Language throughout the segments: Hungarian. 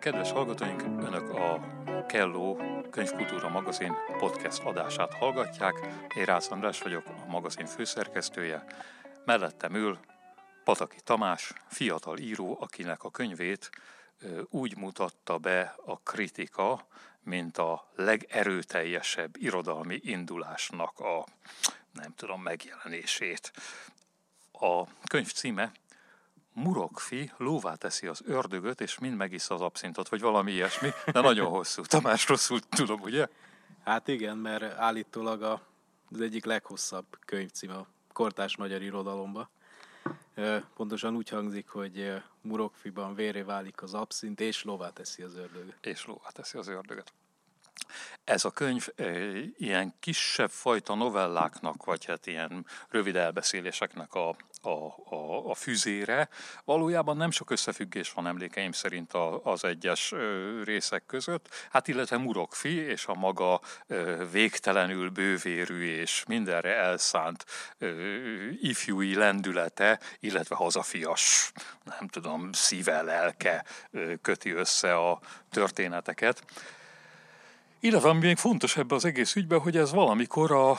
Kedves hallgatóink, Önök a Kelló Könyvkultúra magazin podcast adását hallgatják. Én Rácz András vagyok, a magazin főszerkesztője. Mellettem ül Pataki Tamás, fiatal író, akinek a könyvét úgy mutatta be a kritika, mint a legerőteljesebb irodalmi indulásnak a, megjelenését. A könyv címe Murokfi lóvá teszi az ördögöt, és mind megissza az abszintot, vagy valami ilyesmi, de nagyon hosszú. Tamás, rosszul tudom, ugye? Hát igen, mert állítólag az egyik leghosszabb könyvcím a kortárs magyar irodalomba. Pontosan úgy hangzik, hogy Murokfiban vérré válik az abszint, és lóvá teszi az ördögöt. És lóvá teszi az ördögöt. Ez a könyv ilyen kisebb fajta novelláknak, vagy hát ilyen rövid elbeszéléseknek a füzére. Valójában nem sok összefüggés van emlékeim szerint az egyes részek között. Hát illetve Murokfi és a maga végtelenül bővérű és mindenre elszánt ifjúi lendülete, illetve hazafias, szíve, lelke köti össze a történeteket. Illetve ami még fontos ebben az egész ügyben, hogy ez valamikor a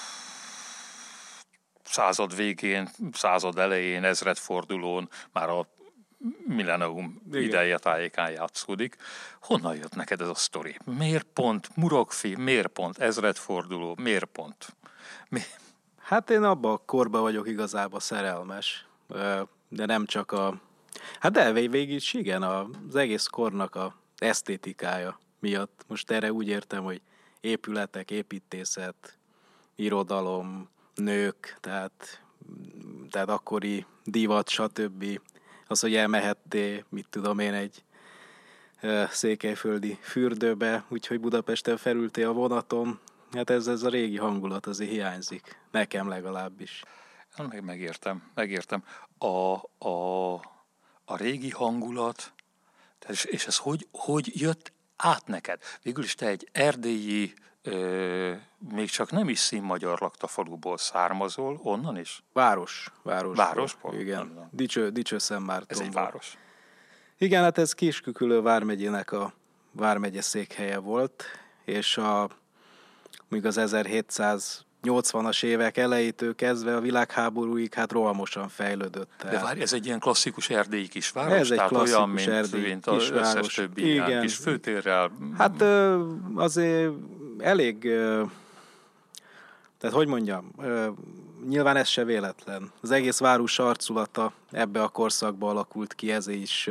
század végén, század elején, ezredfordulón, már a millennium ideje tájékán játszódik. Honnan jött neked ez a sztori? Miért pont Murokfi, miért pont ezredforduló, miért pont? Hát én abban a korban vagyok igazából szerelmes, de nem csak de végig is igen, az egész kornak az esztétikája miatt. Most erre úgy értem, hogy épületek, építészet, irodalom, nők, tehát akkori divat, stb. Az, hogy elmehettél, egy székelyföldi fürdőbe, úgyhogy Budapesten felültél a vonaton. Hát ez a régi hangulat azért hiányzik. Nekem legalábbis. Megértem. A régi hangulat, és ez hogy jött át neked? Végül is te egy erdélyi, még csak nem is színmagyar laktafaluból származol, onnan is? Városból? Igen, Dicső-Szentmártonból. Ez egy város. Igen, hát ez Kis-Küküllő vármegyének a vármegye székhelye volt, és még az 1780-as évek elejétől kezdve a világháborúig hát rohamosan fejlődött. De várj, ez egy ilyen klasszikus erdélyi kisváros? Ez egy klasszikus olyan, mint az kisváros. Összes többi ilyen kis főtérrel? Hát azért elég, tehát hogy mondjam, nyilván ez se véletlen. Az egész város arculata ebbe a korszakba alakult ki, ezért is,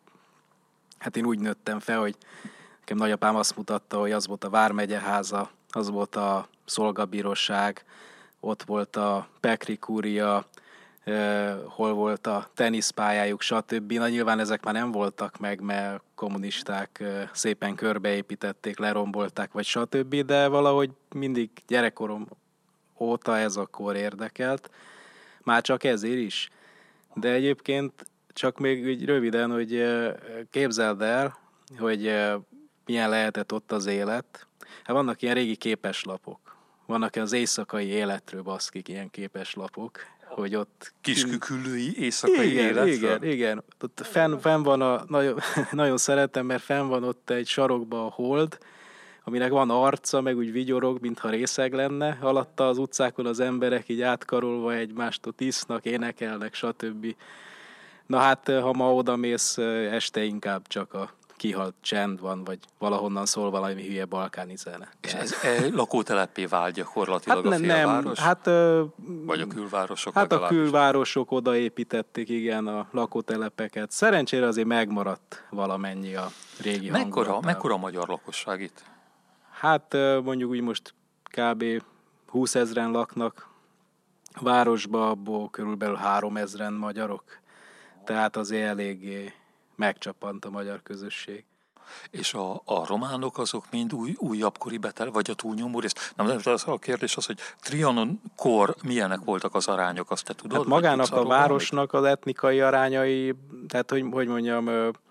hát én úgy nőttem fel, hogy nekem nagyapám azt mutatta, hogy az volt a vármegyeháza, az volt a szolgabíróság, ott volt a Pekri kúria, hol volt a teniszpályájuk, stb. Na nyilván ezek már nem voltak meg, mert kommunisták szépen körbeépítették, lerombolták, vagy stb. De valahogy mindig gyerekkorom óta ez a kor érdekelt. Már csak ezért is. De egyébként csak még úgy röviden, hogy képzeld el, hogy milyen lehetett ott az élet. Hát vannak ilyen régi képeslapok. Vannak az éjszakai életről, baszkik, ilyen képeslapok, hogy ott... Kis-Küküllői éjszakai életről? Igen. Ott fenn van nagyon szeretem, mert fenn van ott egy sarokban a hold, aminek van arca, meg úgy vigyorog, mintha részeg lenne. Alatta az utcákon az emberek így átkarolva egymást ott isznak, énekelnek, stb. Na hát, ha ma odamész, este inkább csak a kihalt csend van, vagy valahonnan szól valami hülye balkáni zene. És ez lakóteleppé vált gyakorlatilag a félváros? Vagy a külvárosok legalábbis? A külvárosok odaépítették, igen, a lakótelepeket. Szerencsére azért megmaradt valamennyi a régi hangulatában. Mekkora a magyar lakosság itt? Hát mondjuk úgy most kb. 20 000 laknak a városba, abból körülbelül 3 000 magyarok. Tehát azért eléggé megcsapant a magyar közösség. És a románok azok mind újabbkori vagy a túlnyomó rész? Nem, a kérdés az, hogy Trianon-kor milyenek voltak az arányok, azt te tudod? Hát magának a városnak az etnikai arányai, tehát hogy mondjam,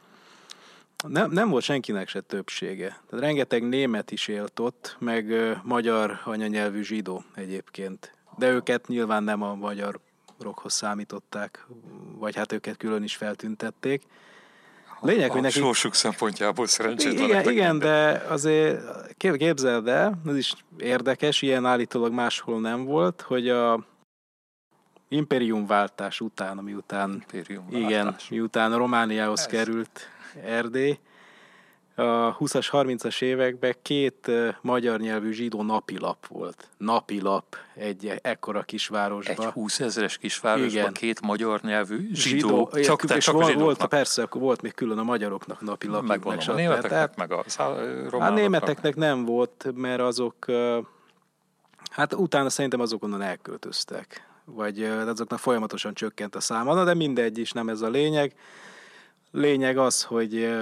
nem volt senkinek se többsége. Tehát rengeteg német is élt ott, meg magyar anyanyelvű zsidó egyébként. De őket nyilván nem a magyarokhoz számították, vagy hát őket külön is feltüntették. Lényeg, hogy neki... sorsuk szempontjából szerencsétlenek. Igen, de azért képzeld el, ez is érdekes, ilyen állítólag máshol nem volt, hogy a impériumváltás után, miután Romániához került Erdély, a 20-as, 30-as években 2 magyar nyelvű zsidó napilap volt. Napilap egy ekkora kisvárosban. Egy 20 000-es kisvárosban igen. 2 magyar nyelvű zsidó. Csak és volt, persze, volt még külön a magyaroknak napilap. Megmondom, a németeknek, meg a románoknak. A németeknek nem volt, mert azok, hát utána szerintem azok onnan elköltöztek. Vagy azoknak folyamatosan csökkent a száma, de mindegy is, nem ez a lényeg. Lényeg az, hogy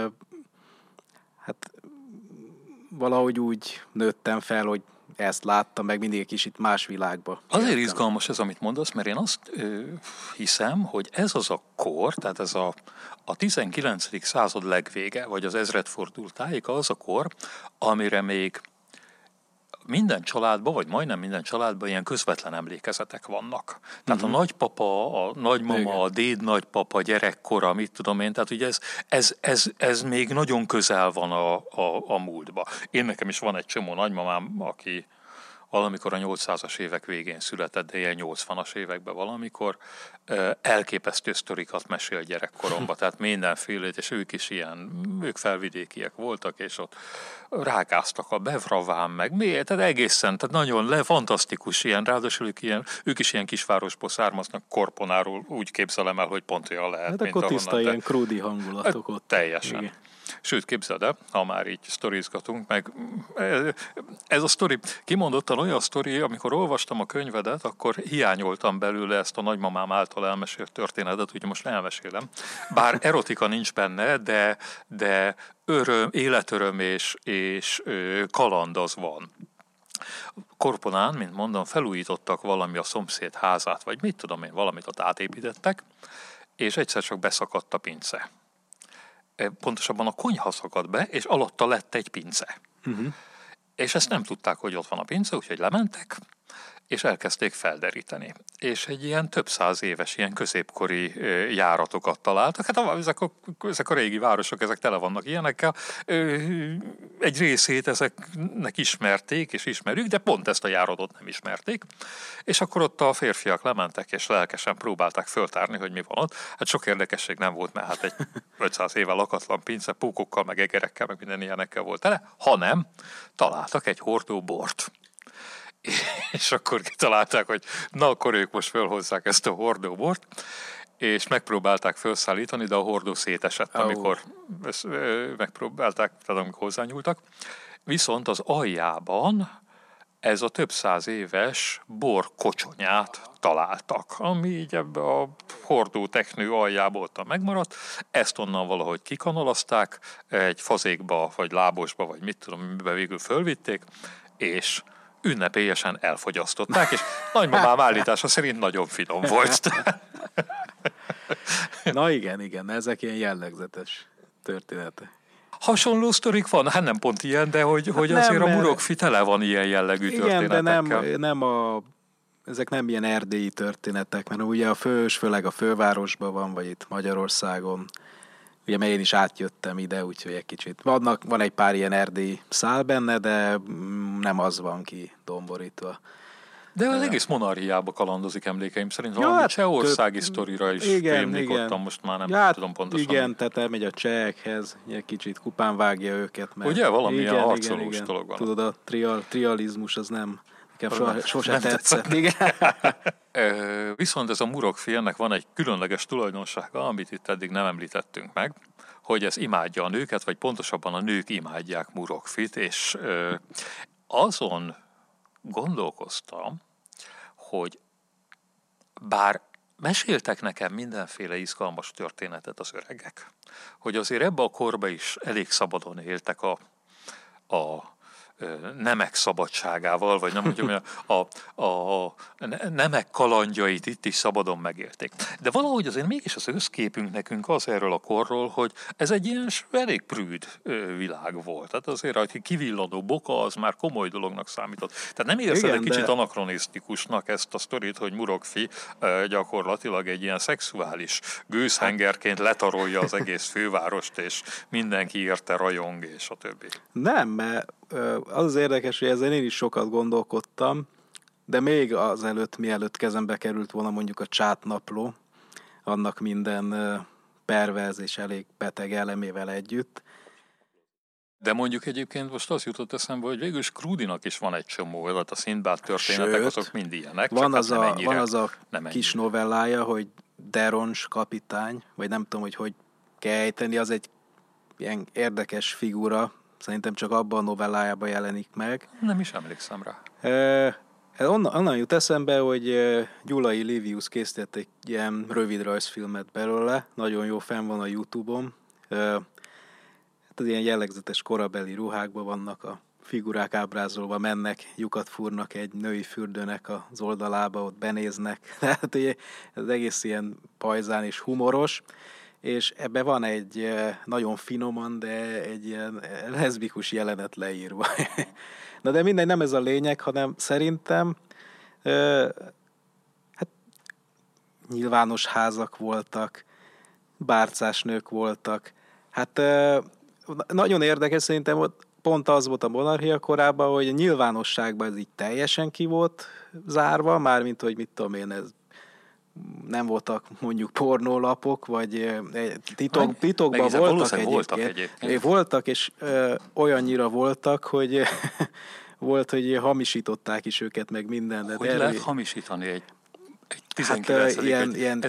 hát valahogy úgy nőttem fel, hogy ezt láttam, meg mindig egy kicsit más világba. Azért izgalmas ez, amit mondasz, mert én azt hiszem, hogy ez az a kor, tehát ez a 19. század legvége, vagy az ezredforduló tájéka az a kor, amire még minden családban, vagy majdnem minden családban ilyen közvetlen emlékezetek vannak. Tehát a nagypapa, a nagymama, a déd nagypapa gyerekkora, mit tudom én, tehát ugye ez még nagyon közel van a múltba. Én nekem is van egy csomó nagymamám, aki valamikor a 800-as évek végén született, de ilyen 80-as években valamikor, elképesztő sztorikat mesél gyerekkoromban, tehát mindenfélét, és ők felvidékiek voltak, és ott rágáztak a bevraván, meg miért, tehát egészen, tehát nagyon fantasztikus ilyen, ráadásul ők is ilyen kisvárosból származnak, Korponáról úgy képzelem el, hogy pont olyan lehet, hát akkor tiszta ilyen krúdi hangulatok ott. Teljesen. Igen. Sőt, képzeld el, ha már így sztorizgatunk, meg ez a sztori kimondottan olyan sztori, amikor olvastam a könyvedet, akkor hiányoltam belőle ezt a nagymamám által elmesélt történetet, ugye most elmesélem. Bár erotika nincs benne, de életöröm és kaland az van. Korponán, mint mondom, felújítottak valami a szomszéd házát, vagy mit tudom én, valamit ott átépítettek, és egyszer csak beszakadt a pince. Pontosabban a konyha szakadt be, és alatta lett egy pince. És ezt nem tudták, hogy ott van a pince, úgyhogy lementek, és elkezdték felderíteni. És egy ilyen több száz éves, ilyen középkori járatokat találtak. Hát ezek a régi városok, ezek tele vannak ilyenekkel. Egy részét ezeknek ismerték, és ismerjük, de pont ezt a járatot nem ismerték. És akkor ott a férfiak lementek, és lelkesen próbálták föltárni, hogy mi van ott. Hát sok érdekesség nem volt, mert hát egy 500 éve lakatlan pince, pókokkal, meg egerekkel, meg minden ilyenekkel volt tele, hanem találtak egy hordó bort. És akkor kitalálták, hogy na, akkor ők most fölhozzák ezt a hordóbort, és megpróbálták felszállítani, de a hordó szétesett, amikor megpróbálták, tehát amikor hozzányúltak. Viszont az aljában ez a több száz éves borkocsonyát találtak, ami így ebbe a hordó teknő aljából ott megmaradt. Ezt onnan valahogy kikanalazták, egy fazékba, vagy lábosba, vagy mit tudom, miben végül fölvitték, és ünnepélyesen elfogyasztották, és nagymamám állítása szerint nagyon finom volt. Na igen, ezek ilyen jellegzetes történetek. Hasonló sztorik van? Hát nem pont ilyen, de hogy azért a Murokfi tele van ilyen jellegű történetekkel. Igen, de ezek nem ilyen erdélyi történetek, mert ugye főleg a fővárosban van, vagy itt Magyarországon. Ugye, mert én is átjöttem ide, úgyhogy egy kicsit. Van egy pár ilyen erdélyi szál benne, de nem az van ki domborítva. De az egész monarchiába kalandozik emlékeim szerint. Valami csehországi sztorira is rémlíkodtam, most már nem tudom pontosan. Igen, tehát elmegy a csehekhez, egy kicsit kupán vágja őket. Mert ugye, valamilyen harcolós dolog van. Tudod, a trializmus az nem, nekem sose tetszett. Igen. Viszont ez a Murokfi, ennek van egy különleges tulajdonsága, amit itt eddig nem említettünk meg, hogy ez imádja a nőket, vagy pontosabban a nők imádják Murokfit, és azon gondolkoztam, hogy bár meséltek nekem mindenféle izgalmas történetet az öregek, hogy azért ebbe a korba is elég szabadon éltek a nemek szabadságával, vagy nem mondjam, a nemek kalandjait itt is szabadon megélték. De valahogy azért mégis az összképünk nekünk az erről a korról, hogy ez egy ilyen elég prűd világ volt. Tehát azért, hogy kivillanó boka, az már komoly dolognak számított. Tehát nem érzed egy kicsit anakronisztikusnak ezt a sztorit, hogy Murokfi gyakorlatilag egy ilyen szexuális gőzhengerként letarolja az egész fővárost, és mindenki érte rajong, és a többi. Nem, mert az érdekes, hogy ezen én is sokat gondolkodtam, de még azelőtt, mielőtt kezembe került volna mondjuk a csátnapló, annak minden perverz és elég beteg elemével együtt. De mondjuk egyébként most az jutott eszembe, hogy végül is Crudinak is van egy csomó, tehát a Szindbád történetek, azok mind ilyenek. Van az a kis novellája, hogy Derons kapitány, vagy nem tudom, hogy kell ejteni, az egy ilyen érdekes figura, szerintem csak abban a novellájában jelenik meg. Nem is emlékszem rá. Onnan jut eszembe, hogy Gyulai Livius készített egy ilyen rövidrajzfilmet belőle, nagyon jó, fenn van a YouTube-on. Hát az ilyen jellegzetes korabeli ruhákban vannak a figurák ábrázolva, mennek, lyukat fúrnak egy női fürdőnek az oldalába, ott benéznek. Tehát ugye, ez egész ilyen pajzán és humoros, és ebben van egy nagyon finoman, de egy ilyen leszbikus jelenet leírva. Na de mindegy, nem ez a lényeg, hanem szerintem hát nyilvános házak voltak, bárcás nők voltak. Hát nagyon érdekes, szerintem ott pont az volt a monarchia korában, hogy a nyilvánosságban ez így teljesen ki volt zárva, mármint, hogy mit tudom én, ez nem voltak mondjuk pornólapok, vagy titokban voltak egyébként. Voltak, és olyannyira voltak, hogy volt, hogy hamisították is őket, meg minden. Hogy lehet hamisítani egy 19. Hát ilyen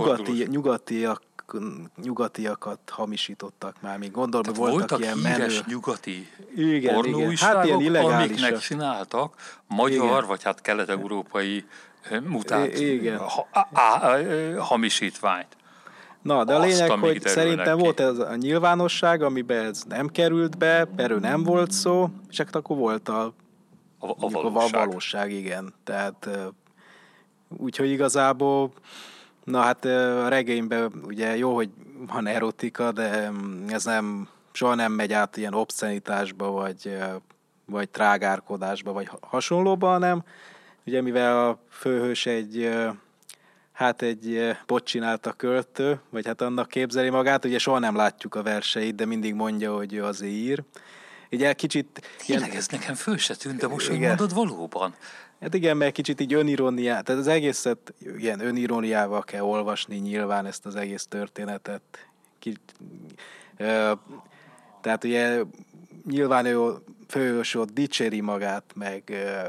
nyugatiakat hamisítottak már, még gondolom, hogy voltak ilyen híres nyugati pornóújságok, hát ilyen illegális, amiknek csináltak magyar, vagy hát kelet-európai mutált hamisítványt. Na, de a lényeg, hogy szerintem volt ez a nyilvánosság, amiben ez nem került be, erről nem volt szó, és akkor volt a valóság, igen. Tehát úgyhogy igazából, na hát a regényben ugye jó, hogy van erotika, de ez soha nem megy át ilyen obszenitásba, vagy trágárkodásba, vagy hasonlóba, hanem ugye mivel a főhős egy bot csinált a költő, vagy hát annak képzeli magát, ugye soha nem látjuk a verseit, de mindig mondja, hogy ő azért ír. Ugye kicsit... Tényleg ez nekem föl se tűnt, de most, hogy mondod, valóban. Hát igen, mert kicsit így öniróniát, tehát az egészet ilyen öniróniával kell olvasni nyilván ezt az egész történetet. Tehát ugye nyilván ő főhős ott dicséri magát, meg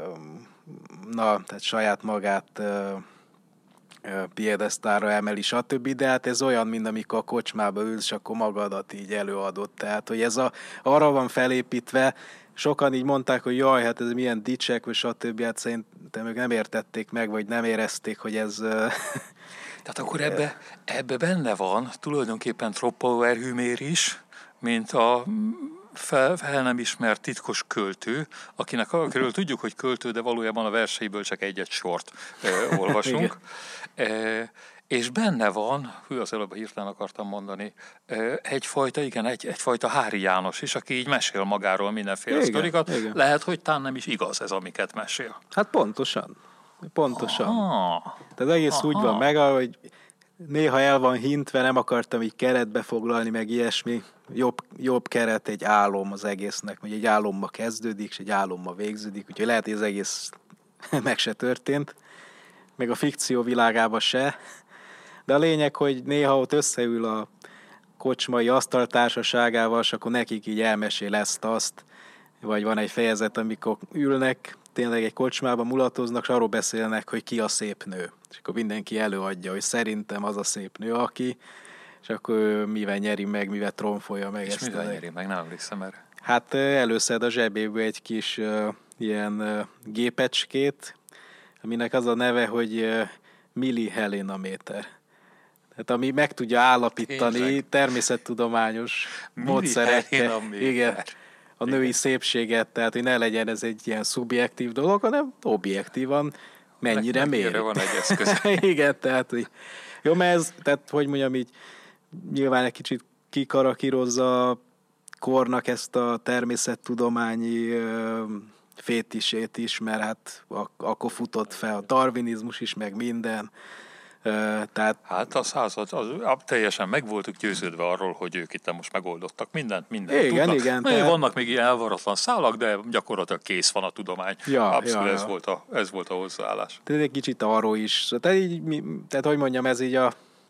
tehát saját magát piedesztára emeli, stb. De hát ez olyan, mint amikor a kocsmába ülsz, és akkor magadat így előadod. Tehát, hogy ez arra van felépítve, sokan így mondták, hogy jaj, hát ez milyen dicsek, vagy stb. Hát szerintem ők nem értették meg, vagy nem érezték, hogy ez... Tehát akkor ebbe benne van tulajdonképpen Tropauer-Hümér is, mint a fel nem ismert titkos költő, akiről tudjuk, hogy költő, de valójában a verseiből csak egy-egy sort olvasunk. És benne van, az előbb hirtelen akartam mondani, egyfajta Hári János is, aki így mesél magáról mindenféle sztorikat. Igen. Lehet, hogy talán nem is igaz ez, amiket mesél. Hát pontosan. Tehát egész úgy van meg, hogy néha el van hintve, nem akartam így keretbe foglalni, meg ilyesmi. Jobb keret egy álom az egésznek, hogy egy álomba kezdődik, és egy álomba végződik, úgyhogy lehet, hogy az egész meg se történt, meg a fikció világában se. De a lényeg, hogy néha ott összeül a kocsmai asztaltársaságával, és akkor nekik így elmesél ezt-azt, vagy van egy fejezet, amikor ülnek, tényleg egy kocsmában mulatoznak, és arról beszélnek, hogy ki a szép nő. És akkor mindenki előadja, hogy szerintem az a szép nő, aki, és akkor mivel nyeri meg, mivel trónfolja meg. És mivel nyeri meg, nem emlékszem erre. Hát előszed a zsebéből egy kis ilyen gépecskét, aminek az a neve, hogy millihelenaméter. Tehát ami meg tudja állapítani természettudományos módszerekkel. Igen. a női szépséget, tehát hogy ne legyen ez egy ilyen szubjektív dolog, hanem objektívan mennyire méri. Van egy eszköz. Igen, tehát hogy jó, mert ez, tehát hogy mondjam így, nyilván egy kicsit kikarakírozza a kornak ezt a természettudományi fétisét is, mert hát akkor futott fel a darwinizmus is, meg minden. Tehát... Hát a század, teljesen meg voltuk győződve arról, hogy ők itt most megoldottak mindent igen, tudnak. Igen. Vannak még ilyen elvaratlan szálak, de gyakorlatilag kész van a tudomány. Abszolút ez volt a hozzáállás. Tehát egy kicsit arról is. Tehát hogy mondjam, ez így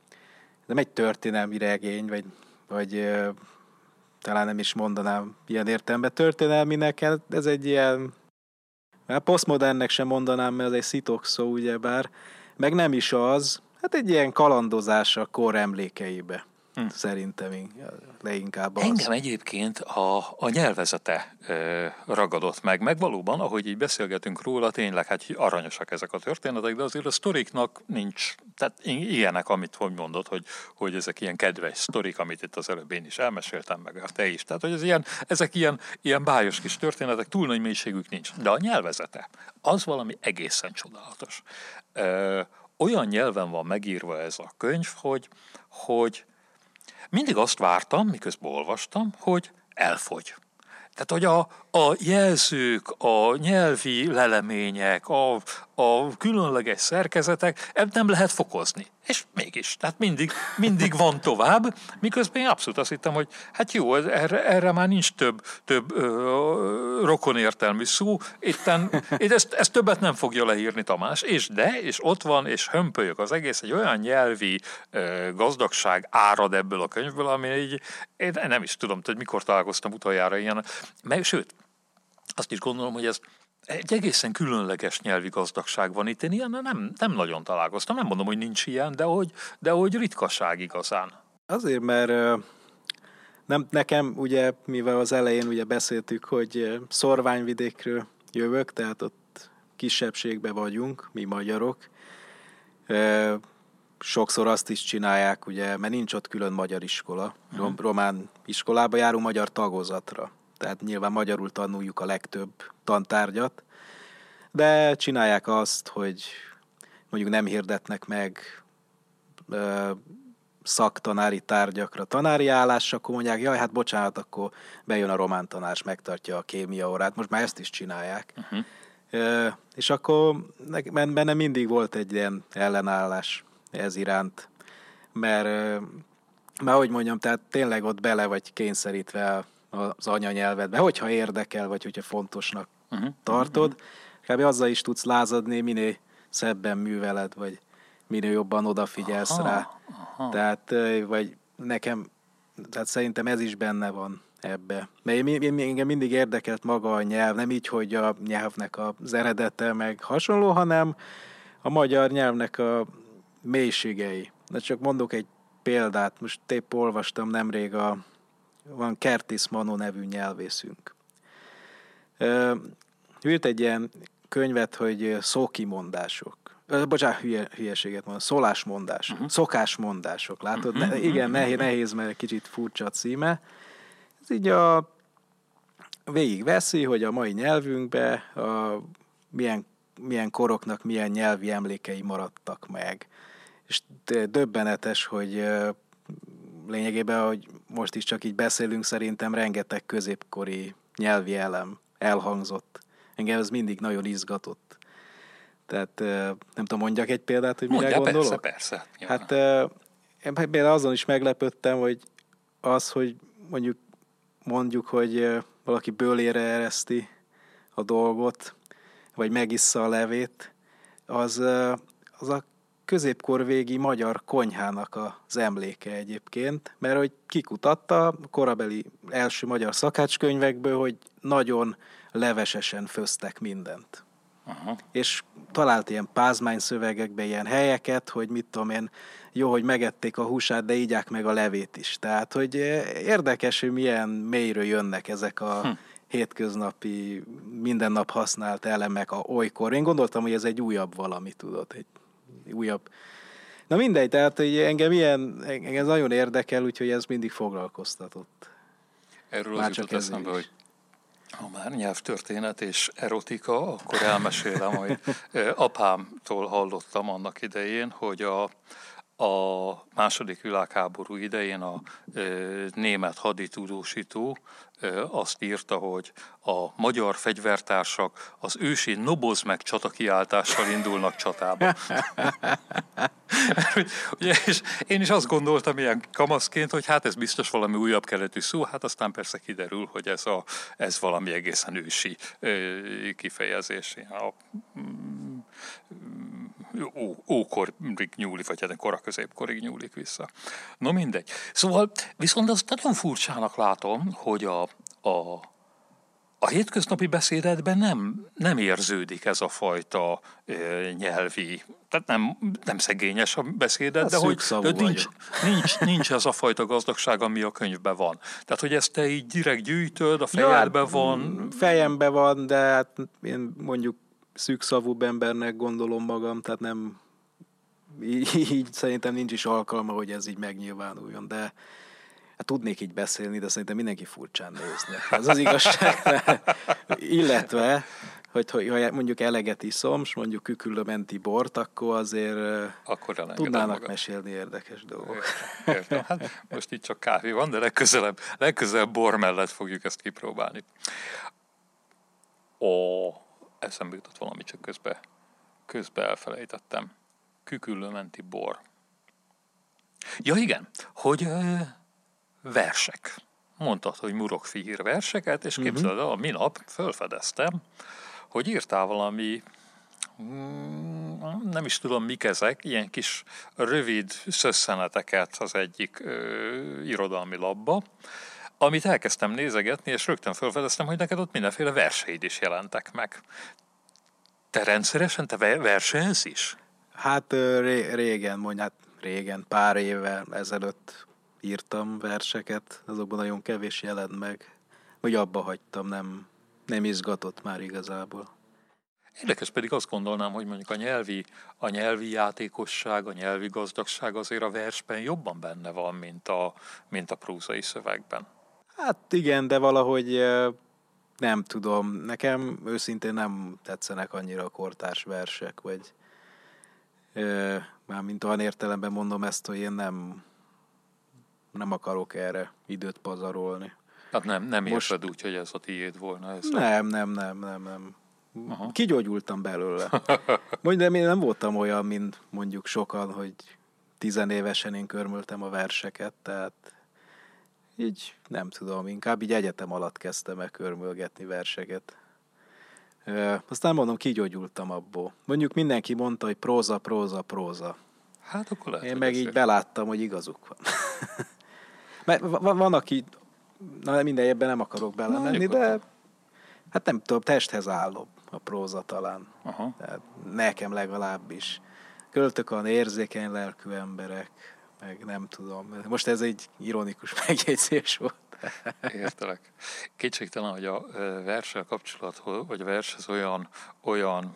nem egy történelmi regény, vagy talán nem is mondanám ilyen értelemben történelminek, ez egy ilyen, posztmodernnek sem mondanám, mert ez egy szitokszó, ugyebár, meg nem is az, hát egy ilyen kalandozás a kor emlékeibe. Szerintem leginkább az. Engem egyébként a nyelvezete ragadott meg valóban, ahogy így beszélgetünk róla, tényleg hát aranyosak ezek a történetek, de azért a sztoriknak nincs, tehát ilyenek, amit hogy mondod, hogy ezek ilyen kedves sztorik, amit itt az előbb én is elmeséltem, meg te is. Tehát, hogy ezek ilyen bájos kis történetek, túl nagy mélységük nincs. De a nyelvezete, az valami egészen csodálatos. Olyan nyelven van megírva ez a könyv, hogy mindig azt vártam, miközben olvastam, hogy elfogy. Tehát, hogy a jelzők, a nyelvi lelemények, a különleges szerkezetek nem lehet fokozni. És mégis, tehát mindig van tovább, miközben én abszolút azt hittem, hogy hát jó, erre már nincs több rokonértelmű szó, ezt többet nem fogja leírni Tamás, és ott van, és hömpölyök az egész, egy olyan nyelvi gazdagság árad ebből a könyvből, ami így, én nem is tudom, hogy mikor találkoztam utoljára ilyen, sőt, azt is gondolom, hogy ez egy egészen különleges nyelvi gazdagság van itt. Én ilyen nem nagyon találkoztam. Nem mondom, hogy nincs ilyen, de hogy ritkaság igazán. Azért, mert nekem ugye, mivel az elején ugye beszéltük, hogy Szorványvidékről jövök, tehát ott kisebbségben vagyunk, mi magyarok. Sokszor azt is csinálják, ugye, mert nincs ott külön magyar iskola. Román iskolába járunk magyar tagozatra. Tehát nyilván magyarul tanuljuk a legtöbb tantárgyat, de csinálják azt, hogy mondjuk nem hirdetnek meg szaktanári tárgyakra tanári állásra, akkor mondják, jaj, hát bocsánat, akkor bejön a román tanár, megtartja a kémia órát. Most már ezt is csinálják. És akkor bennem mindig volt egy ilyen ellenállás ez iránt, mert ahogy mondjam, tehát tényleg ott bele vagy kényszerítve az anyanyelvedbe, hogyha érdekel, vagy hogyha fontosnak tartod, kb. Azzal is tudsz lázadni, minél szebben műveled, vagy minél jobban odafigyelsz rá. Tehát, vagy nekem, tehát szerintem ez is benne van ebbe. Mert engem mindig érdekelt maga a nyelv, nem így, hogy a nyelvnek az eredete, meg hasonló, hanem a magyar nyelvnek a mélységei. De csak mondok egy példát, most épp olvastam nemrég van Curtis Manó nevű nyelvészünk. Írt egy ilyen könyvet, hogy szókimondások. Bocsánat, hülyeséget mondom, szólásmondások, szokásmondások, látod? Igen, nehéz, mert kicsit furcsa a címe. Ez így végig veszi, hogy a mai nyelvünkben milyen koroknak milyen nyelvi emlékei maradtak meg. És döbbenetes, hogy lényegében, hogy most is csak így beszélünk, szerintem rengeteg középkori nyelvi elem elhangzott. Engem ez mindig nagyon izgatott. Tehát nem tudom, mondjak egy példát, hogy mire gondolok? Persze. Hát én például azon is meglepődtem, hogy hogy mondjuk, hogy valaki bőlére ereszti a dolgot, vagy megissza a levét, az a középkor végi magyar konyhának az emléke egyébként, mert hogy kikutatta a korabeli első magyar szakácskönyvekből, hogy nagyon levesesen főztek mindent. És talált ilyen pázmány szövegekben ilyen helyeket, hogy mit tudom én, jó, hogy megették a húsát, de ígyák meg a levét is. Tehát, hogy érdekes, hogy milyen mélyről jönnek ezek a hétköznapi, minden nap használt elemek olykor. Én gondoltam, hogy ez egy újabb valami, tudod, egy újabb. Na mindegy, tehát hogy engem ez nagyon érdekel, úgyhogy ez mindig foglalkoztatott. Erről az jutott eszembe, hogy Ha már nyelvtörténet és erotika, akkor elmesélem, hogy apámtól hallottam annak idején, hogy a második világháború idején a német haditudósító azt írta, hogy a magyar fegyvertársak az ősi noboz meg csatakiáltással indulnak csatába. Ugye, és én is azt gondoltam ilyen kamaszként, hogy hát ez biztos valami újabb keletű szó, hát aztán persze kiderül, hogy ez valami egészen ősi kifejezés. Ókorig nyúlik, vagy hát koraközépkorig nyúlik vissza. No mindegy. Szóval viszont azt nagyon furcsának látom, hogy a hétköznapi beszédetben nem érződik ez a fajta nyelvi, tehát nem szegényes a beszédet, de hogy nincs ez a fajta gazdagság, ami a könyvben van. Tehát, hogy ezt te így direkt gyűjtöd, a fejedben van. Fejemben van, de hát én mondjuk szűkszavúbb embernek gondolom magam, tehát nem így szerintem nincs is alkalma, hogy ez így megnyilvánuljon, de hát tudnék így beszélni, de szerintem mindenki furcsán nézne. Ez az igazság. Illetve, hogy mondjuk eleget iszom, és mondjuk küküllömenti bort, akkor azért tudnának mesélni érdekes dolgok. Értem. Hát most itt csak kávé van, de legközelebb bor mellett fogjuk ezt kipróbálni. Eszembe jutott valami, csak közben elfelejtettem. Küküllömenti bor. Ja igen, hogy versek. Mondtad, hogy murokfihír verseket, és képzeld el, a minap felfedeztem, hogy írtál valami, nem is tudom mik ezek, ilyen kis rövid szösszeneteket az egyik irodalmi labba, amit elkezdtem nézegetni, és rögtön felfedeztem, hogy neked ott mindenféle verseid is jelentek meg. Te rendszeresen, te versenyez is? Hát régen, pár évvel ezelőtt írtam verseket, azokban nagyon kevés jelent meg, hogy abba hagytam, nem izgatott már igazából. Érdekes, pedig azt gondolnám, hogy mondjuk a nyelvi játékosság, a nyelvi gazdagság azért a versben jobban benne van, mint a prózai szövegben. Hát igen, de valahogy nem tudom, nekem őszintén nem tetszenek annyira a kortárs versek, vagy mármint olyan értelemben mondom ezt, hogy én nem akarok erre időt pazarolni. Hát nem érzed úgy, hogy ez a tiéd volna? Ez Nem. Aha. Kigyógyultam belőle. De én nem voltam olyan, mint mondjuk sokan, hogy 10 évesen én körmöltem a verseket, tehát így nem tudom, inkább így egyetem alatt kezdtem el körmölgetni verseket. Aztán mondom, kigyógyultam abból. Mondjuk mindenki mondta, hogy próza. Hát akkor lehet, én meg így beláttam, hogy igazuk van. Mert van, aki, minden ebben nem akarok belemenni, de hát nem tudom, testhez állom a próza talán. Tehát nekem legalábbis. Költök olyan érzékeny lelkű emberek, meg nem tudom. Most ez egy ironikus megjegyzés volt. Értelek. Kétségtelen, hogy a verssel kapcsolathoz, vagy a vershez olyan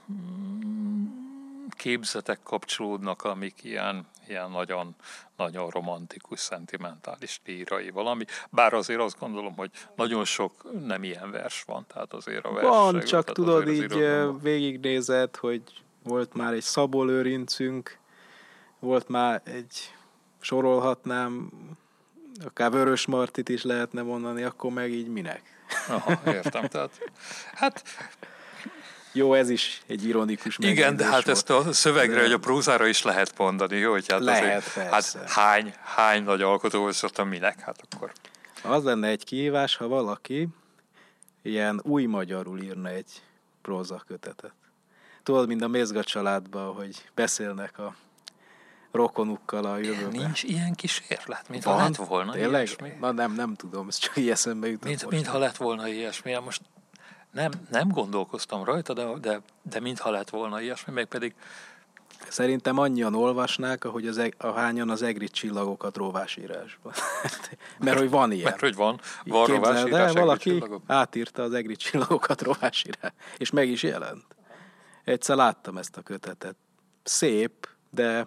képzetek kapcsolódnak, amik ilyen nagyon, nagyon romantikus, szentimentális, lírai valami. Bár azért azt gondolom, hogy nagyon sok nem ilyen vers van, tehát azért a vers... Van, csak tudod, így végignézed, hogy volt már egy Szabó Lőrincünk, volt már sorolhatnám, akár Vörös Martit is lehetne mondani, akkor meg így minek? Aha, értem, tehát hát... Jó, ez is egy ironikus megjegyzés. Igen, de hát ezt a szövegre, vagy a prózára is lehet mondani, hogy hát lehet, azért, persze. Hát hány nagy alkotóhoz szoktam minek, hát akkor... Az lenne egy kihívás, ha valaki ilyen új magyarul írna egy prózakötetet. Tudod, mint a Mézga családban, hogy beszélnek a rokonukkal a jövőben. Nincs ilyen kísérlet, mintha lett volna ilyesmi. Na nem tudom, ez csak így eszembe jutott. Mintha lett volna ilyesmi, most nem gondolkoztam rajta, de mintha lett volna ilyesmi, meg pedig... Szerintem annyian olvasnák, ahogy ahányan az EGRI csillagokat rovásírásban. Mert hogy van ilyen. Mert hogy van rovásírás, de valaki átírta az EGRI csillagokat rovásírásban, és meg is jelent. Egyszer láttam ezt a kötetet. Szép, de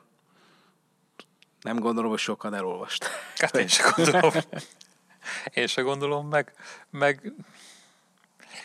nem gondolom, hogy sokan elolvasták. Hát én se gondolom. Én se gondolom, meg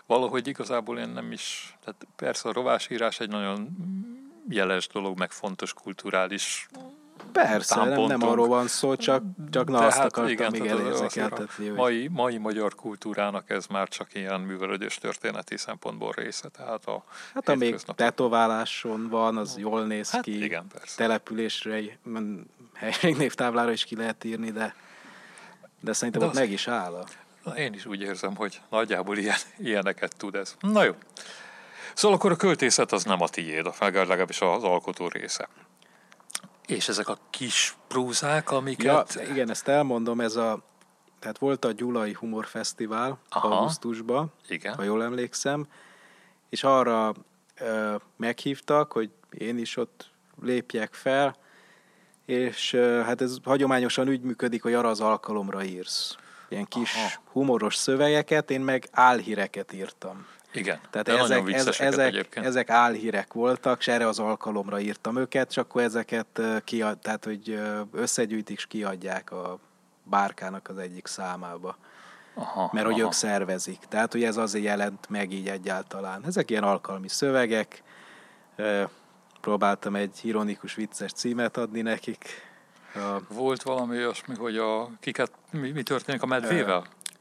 valahogy igazából én nem is, tehát persze a rovásírás egy nagyon jeles dolog, meg fontos kulturális Persze, nem arról van szó, csak na azt akartam még elérzékeltetni. A mai magyar kultúrának ez már csak ilyen művelődés történeti szempontból része. Tehát hát még tetováláson van, az jól néz ki. Igen, persze. Településre, helységnévtáblára is ki lehet írni, de szerintem ott meg is áll. Én is úgy érzem, hogy nagyjából ilyeneket tud ez. Na jó. Szóval akkor a költészet az nem a tiéd, legalábbis az alkotó része. És ezek a kis prózák, amiket... Ja, igen, ezt elmondom, tehát volt a Gyulai Humorfesztivál augusztusban, ha jól emlékszem, és arra meghívtak, hogy én is ott lépjek fel, és hát ez hagyományosan úgy működik, hogy arra az alkalomra írsz. Ilyen kis humoros szövegeket, én meg álhíreket írtam. Igen, tehát ezek álhírek voltak, és erre az alkalomra írtam őket, és akkor ezeket tehát, hogy összegyűjtik, és kiadják a Bárkának az egyik számába. Mert hogy ők szervezik. Tehát, hogy ez azért jelent meg így egyáltalán. Ezek ilyen alkalmi szövegek. Próbáltam egy ironikus, vicces címet adni nekik. Volt valami olyasmi, hogy mi történik a medvével?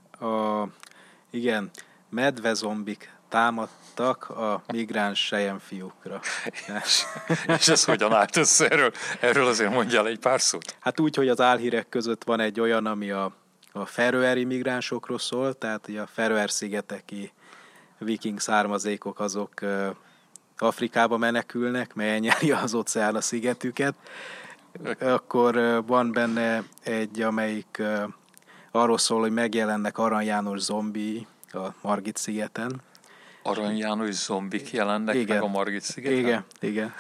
Igen, medvezombik támadtak a migráns selyemfiúkra. És ez hogyan állt össze? Erről azért mondjál egy pár szót. Hát úgy, hogy az álhírek között van egy olyan, ami a feröeri migránsokról szól, tehát a Feröer-szigeteki viking származékok azok Afrikába menekülnek, mert elnyeli az óceán a szigetüket. Akkor van benne egy, amelyik arról szól, hogy megjelennek Arany János zombi a Margit-szigeten. Arany János zombik jelennek meg a Margit-szigeten? Igen.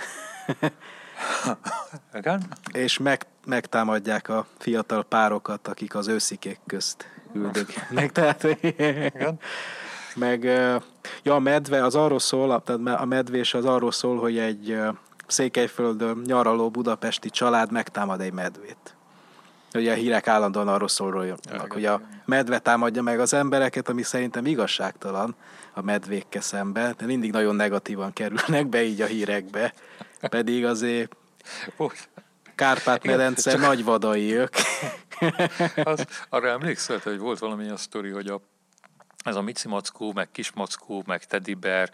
Igen? És megtámadják a fiatal párokat, akik az őszikék közt üldögélnek. Tehát, meg a medve az arról szól, tehát a medvés az arról szól, hogy egy Székelyföldön nyaraló budapesti család megtámad egy medvét. Ugye a hírek állandóan arról szólnak, hogy a medve támadja meg az embereket, ami szerintem igazságtalan a medvékkel szemben, de mindig nagyon negatívan kerülnek be így a hírekbe, pedig azért Kárpát-medence nagy vadai ők. Arra emlékszel, hogy volt valami a sztori, hogy ez a Mici Mackó, meg Kis Mackó, meg Teddybear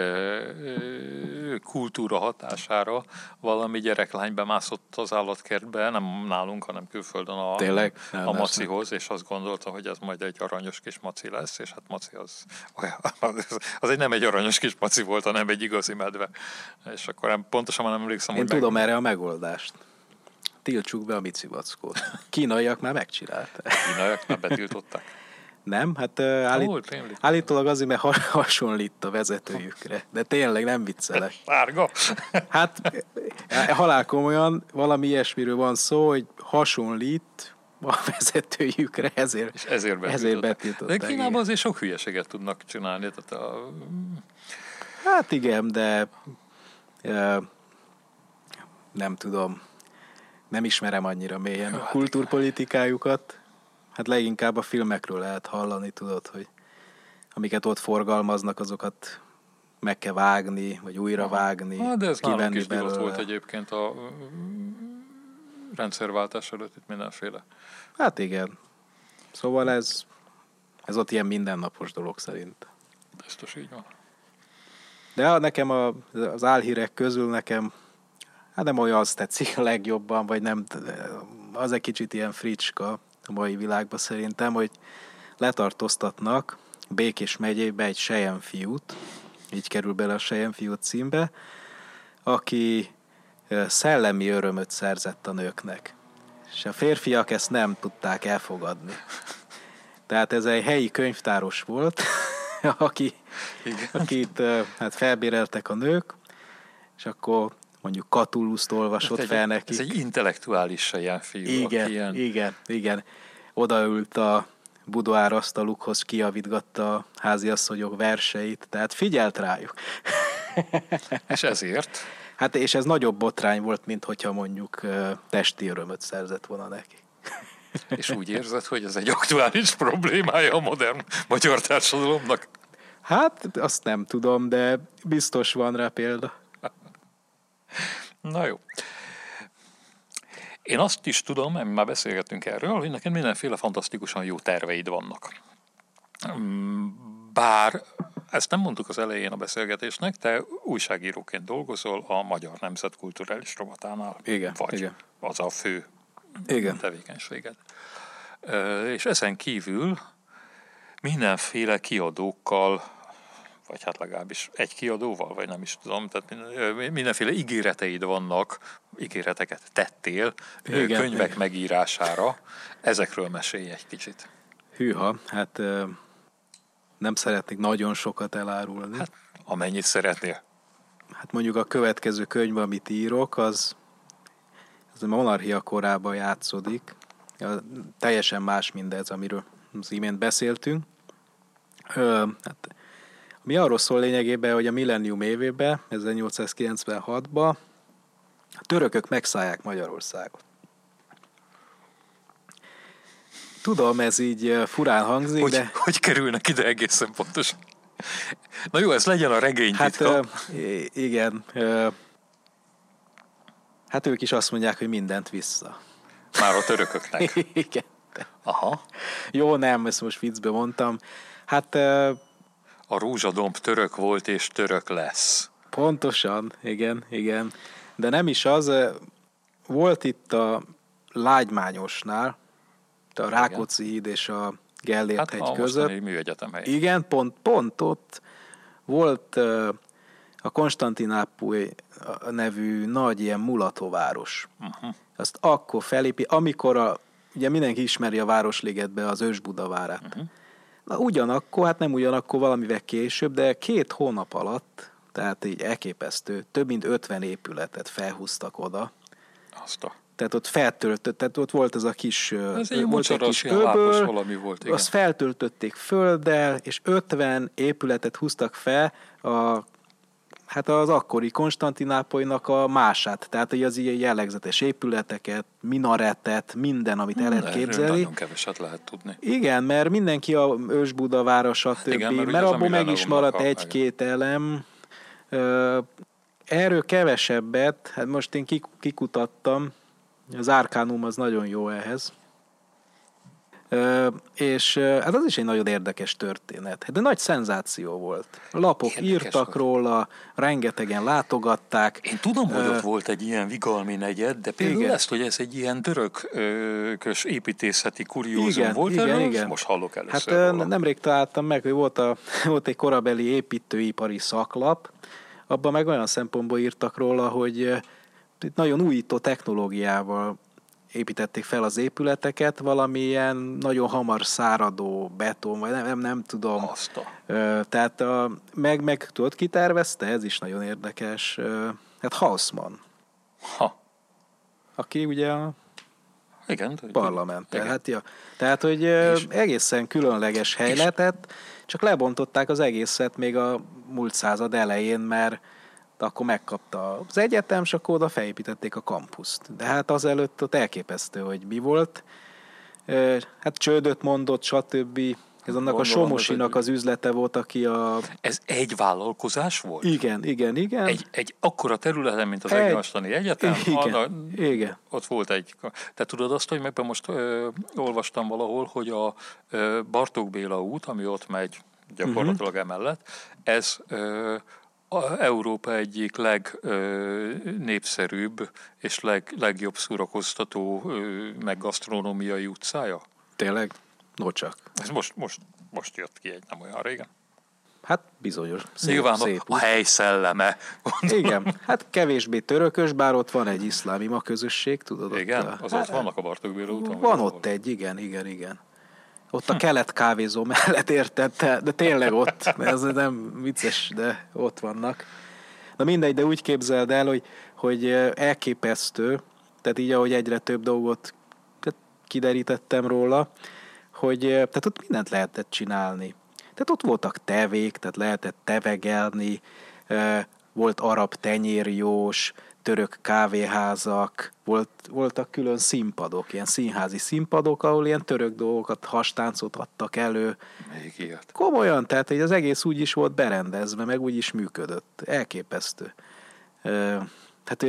kultúra hatására valami gyereklány bemászott az állatkertbe, nem nálunk, hanem külföldön a Macihoz, és azt gondolta, hogy ez majd egy aranyos kis Maci lesz, és hát Maci az nem egy aranyos kis Maci volt, hanem egy igazi medve. És akkor pontosan már nem emlékszem, Én tudom erre a megoldást. Tiltsuk be a Mici Mackót. Kínaiak már megcsinálták. Kínaiak már betiltották. Nem, hát állítólag azért, mert hasonlít a vezetőjükre. De tényleg nem viccelek. Sárga? Hát halálkomolyan valami ilyesmiről van szó, hogy hasonlít a vezetőjükre, ezért betiltották. De Kínában azért sok hülyeséget tudnak csinálni. Hát igen, de nem tudom. Nem ismerem annyira mélyen a kultúrpolitikájukat. Hát leginkább a filmekről lehet hallani, tudod, hogy amiket ott forgalmaznak, azokat meg kell vágni, vagy újra vágni, de ez nálunk is divat volt egyébként a rendszerváltás előtt itt mindenféle. Hát igen. Szóval ez ott ilyen mindennapos dolog szerint. Biztos így van. De nekem az álhírek közül nekem hát nem olyan az tetszik a legjobban, vagy nem, az egy kicsit ilyen fricska a mai világban szerintem, hogy letartóztatnak Békés megyébe egy selyemfiút, így kerül bele a Selyemfiú címbe, aki szellemi örömöt szerzett a nőknek. És a férfiak ezt nem tudták elfogadni. Tehát ez egy helyi könyvtáros volt, akit hát felbéreltek a nők, és akkor mondjuk Catuluszt olvasott fel nekik. Ez egy intellektuális Selyemfiú. Igen. Odaült a budoár asztalukhoz, kijavítgatta a háziasszonyok verseit, tehát figyelt rájuk. És ezért? Hát és ez nagyobb botrány volt, mint hogyha mondjuk testi örömöt szerzett volna neki. És úgy érzed, hogy ez egy aktuális problémája a modern magyar társadalomnak? Hát, azt nem tudom, de biztos van rá példa. Na jó. Én azt is tudom, mert már beszélgettünk erről, hogy neked mindenféle fantasztikusan jó terveid vannak. Bár ezt nem mondtuk az elején a beszélgetésnek, te újságíróként dolgozol a Magyar Nemzet kulturális rovatánál. Igen, vagy igen. az a fő Igen. tevékenységed. És ezen kívül mindenféle kiadókkal, vagy hát legalábbis egy kiadóval, vagy nem is tudom, tehát mindenféle ígéreteid vannak, ígéreteket tettél, igen, könyvek igen. megírására. Ezekről mesélj egy kicsit. Hűha, hát nem szeretnék nagyon sokat elárulni. Hát, amennyit szeretnél. Hát mondjuk a következő könyv, amit írok, az a monarchia korában játszódik. Teljesen más mindez, amiről az imént beszéltünk. Hát, ami arról szól lényegében, hogy a millennium évében, 1896-ban a törökök megszállják Magyarországot. Tudom, ez így furán hangzik, de... Hogy kerülnek ide egészen pontosan? Na jó, ez legyen a regény titka. Hát igen. Hát ők is azt mondják, hogy mindent vissza. Már a törököknek. Igen. Aha. Jó, nem, ezt most viccbe mondtam. Hát... A rózsadomb török volt és török lesz. Pontosan, igen, igen. De nem is az. Volt itt a Lágymányosnál, a Rákóczi híd és a Gellért hegy között. Hát a műegyetem helyen. Igen, pont ott volt a Konstantinápoly nevű nagy ilyen mulatóváros. Uh-huh. Azt akkor amikor ugye mindenki ismeri a Városligetbe az Ősbudavárát. Uh-huh. Na ugyanakkor, hát nem ugyanakkor, valamivel később, de 2 hónap alatt, tehát így elképesztő, több mint 50 épületet felhúztak oda. Tehát ott feltöltött, tehát ott volt ez a kis, ez egy volt egy kis öböl, valami volt, igen. Azt feltöltötték földdel, és 50 épületet húztak fel hát az akkori Konstantinápolynak a mását. Tehát az ilyen jellegzetes épületeket, minaretet, minden, amit el lehet képzelni. Nagyon keveset lehet tudni. Igen, mert mindenki a Ősbudavára, stb. Igen, mert abból meg is maradt egy-két elem. Erről kevesebbet, hát most én kikutattam, az Arcanum az nagyon jó ehhez. És hát az is egy nagyon érdekes történet. De nagy szenzáció volt. Lapok érdekes írtak róla, rengetegen látogatták. Én tudom, hogy ott volt egy ilyen vigalmi negyed, de például igen. Ezt, hogy ez egy ilyen törökös építészeti kuriózum volt, igen. Most hallok először Hát róla. nemrég találtam meg, hogy volt egy korabeli építőipari szaklap, abban meg olyan szempontból írtak róla, hogy nagyon újító technológiával építették fel az épületeket, valamilyen nagyon hamar száradó beton, vagy nem tudom. Tehát meg tudod, ki tervezte? Ez is nagyon érdekes. Hát Haussmann. Aki ugye a parlamenten. Hát, ja. Tehát, hogy egészen különleges hely lehetett, csak lebontották az egészet még a múlt század elején, mert akkor megkapta az egyetem, és akkor oda felépítették a kampuszt. De hát azelőtt ott elképesztő, hogy mi volt. Hát csődöt mondott, stb. Ez annak a Somosinak az üzlete volt, aki Ez egy vállalkozás volt? Igen. Egy akkora területen, mint az Egyenestani Egyetem? Igen. Ott volt egy... Te tudod azt, hogy meg most olvastam valahol, hogy a Bartók Béla út, ami ott megy gyakorlatilag emellett, ez... Európa egyik legnépszerűbb és legjobb szórakoztató meg gasztronómiai utcája? Tényleg? Nocsak. Ez most jött ki egy nem olyan régen. Hát bizonyos. Nyilván a hely szelleme. Igen, hát kevésbé törökös, bár ott van egy iszlám ima közösség, tudod? Igen? Ott vannak a Bartók Béla úton? Van ott egy, igen. Ott a kelet kávézó mellett érted, de tényleg ott. Ez nem vicces, de ott vannak. Na mindegy, de úgy képzeld el, hogy elképesztő, tehát így, ahogy egyre több dolgot kiderítettem róla, hogy tehát ott mindent lehetett csinálni. Tehát ott voltak tevék, tehát lehetett tevegelni, volt arab tenyérjós, török kávéházak, voltak külön színpadok, ilyen színházi színpadok, ahol ilyen török dolgokat, hastáncot adtak elő. Még ilyet. Komolyan, tehát hogy az egész úgy is volt berendezve, meg úgy is működött. Elképesztő. Tehát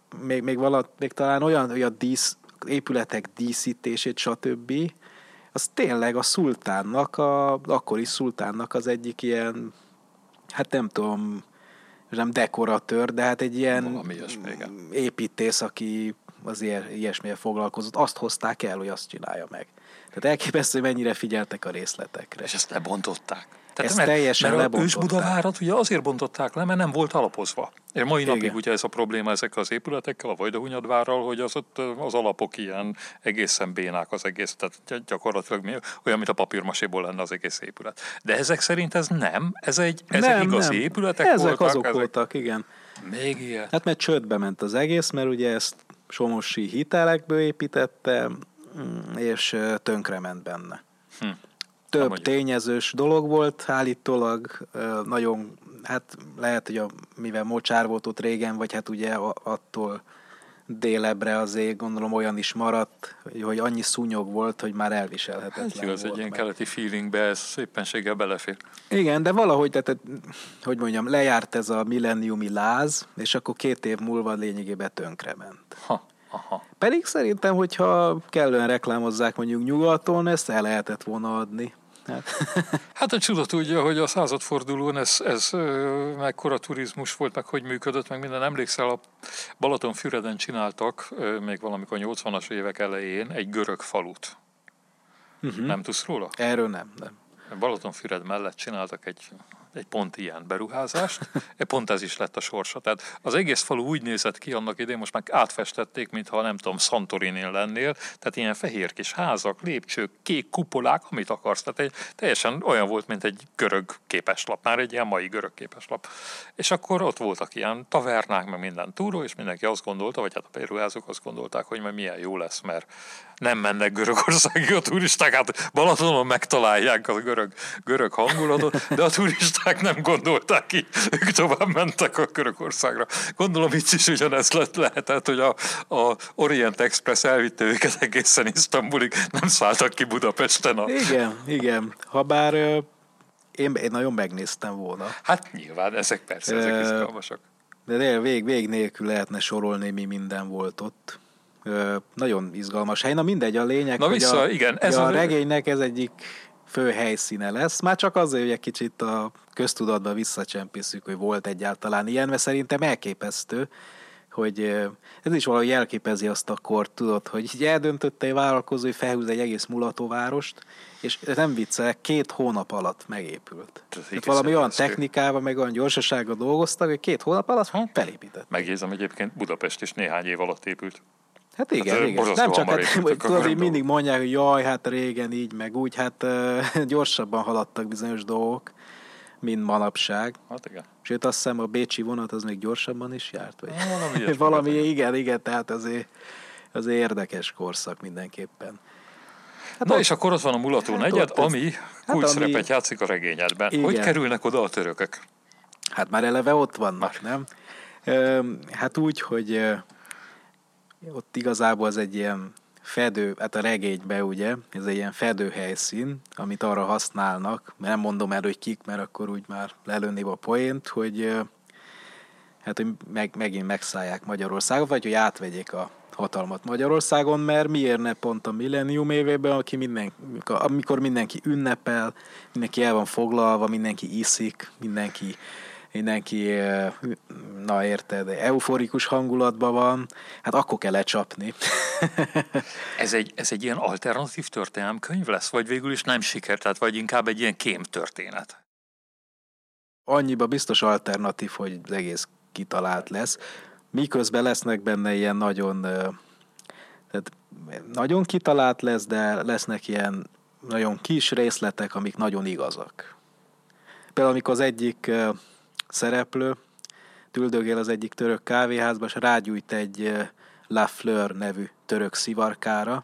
még talán olyan, hogy a épületek díszítését, stb., az tényleg a szultánnak, akkori szultánnak az egyik ilyen, hát nem tudom, nem dekoratőr, de hát egy ilyen építész, aki az ilyesmilyen foglalkozott, azt hozták el, hogy azt csinálja meg. Tehát elképesztő, hogy mennyire figyeltek a részletekre. És ezt lebontották. Tehát ezt teljesen lebontották. Ős-Budavárat ugye azért bontották le, mert nem volt alapozva. És mai napig ugye ez a probléma ezekkel az épületekkel, a Vajdahunyadvárral, hogy az ott az alapok ilyen egészen bénák az egész, tehát gyakorlatilag olyan, mint a papírmaséból lenne az egész épület. De ezek szerint ez nem, ezek igazi épületek ezek voltak. Azok voltak, igen. Még ilyen. Hát mert csődbe ment az egész, mert ugye ezt Somosi hitelekből építette, és tönkrement benne. Több tényezős dolog volt, állítólag nagyon, hát lehet, hogy mivel mocsár volt ott régen, vagy hát ugye attól délebre azért gondolom olyan is maradt, hogy annyi szúnyog volt, hogy már elviselhetetlen hát volt. Ez egy ilyen keleti feelingbe, ez széppenséggel belefér. Igen, de valahogy, tehát, hogy mondjam, lejárt ez a millenniumi láz, és akkor 2 év múlva lényegében tönkrement. Aha. Pedig szerintem, hogyha kellően reklámozzák mondjuk nyugaton, ezt el lehetett volna adni. Hát a csuda tudja, hogy a századfordulón ez mekkora turizmus volt, meg hogy működött, meg minden. Emlékszel, a Balatonfüreden csináltak még valamikor 80-as évek elején egy görög falut. Nem tudsz róla? Erről nem. Balatonfüred mellett csináltak egy pont ilyen beruházást, pont ez is lett a sorsa. Tehát az egész falu úgy nézett ki annak idején, most már átfestették, mintha nem tudom, Santorinin lennél, tehát ilyen fehér kis házak, lépcsők, kék kupolák, amit akarsz. Tehát teljesen olyan volt, mint egy görög képeslap, már egy ilyen mai görög képeslap. És akkor ott voltak ilyen tavernák, meg minden túró, és mindenki azt gondolta, vagy hát a beruházók azt gondolták, hogy majd milyen jó lesz, mert nem mennek Görögországig a turisták, hát Balatonon megtalálják a görög hangulatot, de a turisták nem gondolták így, ők tovább mentek a Görögországra. Gondolom itt is ugyanez lehetett, hogy a Orient Express elvitte őket egészen Isztambulig, nem szálltak ki Budapesten. Igen. Habár én nagyon megnéztem volna. Hát nyilván, ezek persze, ezek izgalmasak. De vég nélkül lehetne sorolni, mi minden volt ott. Nagyon izgalmas hely. Na mindegy, a lényeg, hogy a regénynek ez egyik fő helyszíne lesz. Már csak azért, hogy egy kicsit a köztudatba visszacsempészük, hogy volt egyáltalán ilyen, mert szerintem elképesztő, hogy ez is valahogy jelképezi azt a kort, tudod, hogy így eldöntötte egy vállalkozó, hogy felhúz egy egész mulatóvárost, és nem viccel, 2 hónap alatt megépült. Tehát valami olyan technikával, meg olyan gyorsasággal dolgoztak, hogy 2 hónap alatt felépített. Megjegyzem, egyébként Budapest is néhány év alatt épült. Hát igen. Nem csak, tudod, hogy mindig mondják, hogy jaj, hát régen így, meg úgy, hát gyorsabban haladtak bizonyos dolgok, mint manapság. Hát igen. Sőt, azt hiszem a bécsi vonat az még gyorsabban is járt. Vagy valami igen, tehát azért érdekes korszak mindenképpen. Hát és akkor ott van a Mulató negyed, ami kulcsszerepet játszik a regényedben. Igen. Hogy kerülnek oda a törökök? Hát már eleve ott vannak, nem? Hát úgy, hogy ott igazából az egy ilyen fedő, hát a regényben ugye, ez egy ilyen fedőhelyszín, amit arra használnak, mert nem mondom el, hogy kik, mert akkor úgy már lelőném a poént, hogy hát, hogy megint megszállják Magyarországot, vagy hogy átvegyék a hatalmat Magyarországon, mert miért ne pont a millennium évében, amikor mindenki ünnepel, mindenki el van foglalva, mindenki iszik, mindenki na érted, euforikus hangulatban van, hát akkor kell lecsapni. Ez egy ilyen alternatív történelemkönyv lesz, vagy végül is nem siker, tehát vagy inkább egy ilyen kém történet? Annyiba biztos alternatív, hogy az egész kitalált lesz. Miközben lesznek benne ilyen nagyon, tehát nagyon kitalált lesz, de lesznek ilyen nagyon kis részletek, amik nagyon igazak. Például amikor az egyik szereplő tüldögél az egyik török kávéházba, és rágyújt egy La Fleur nevű török szivarkára.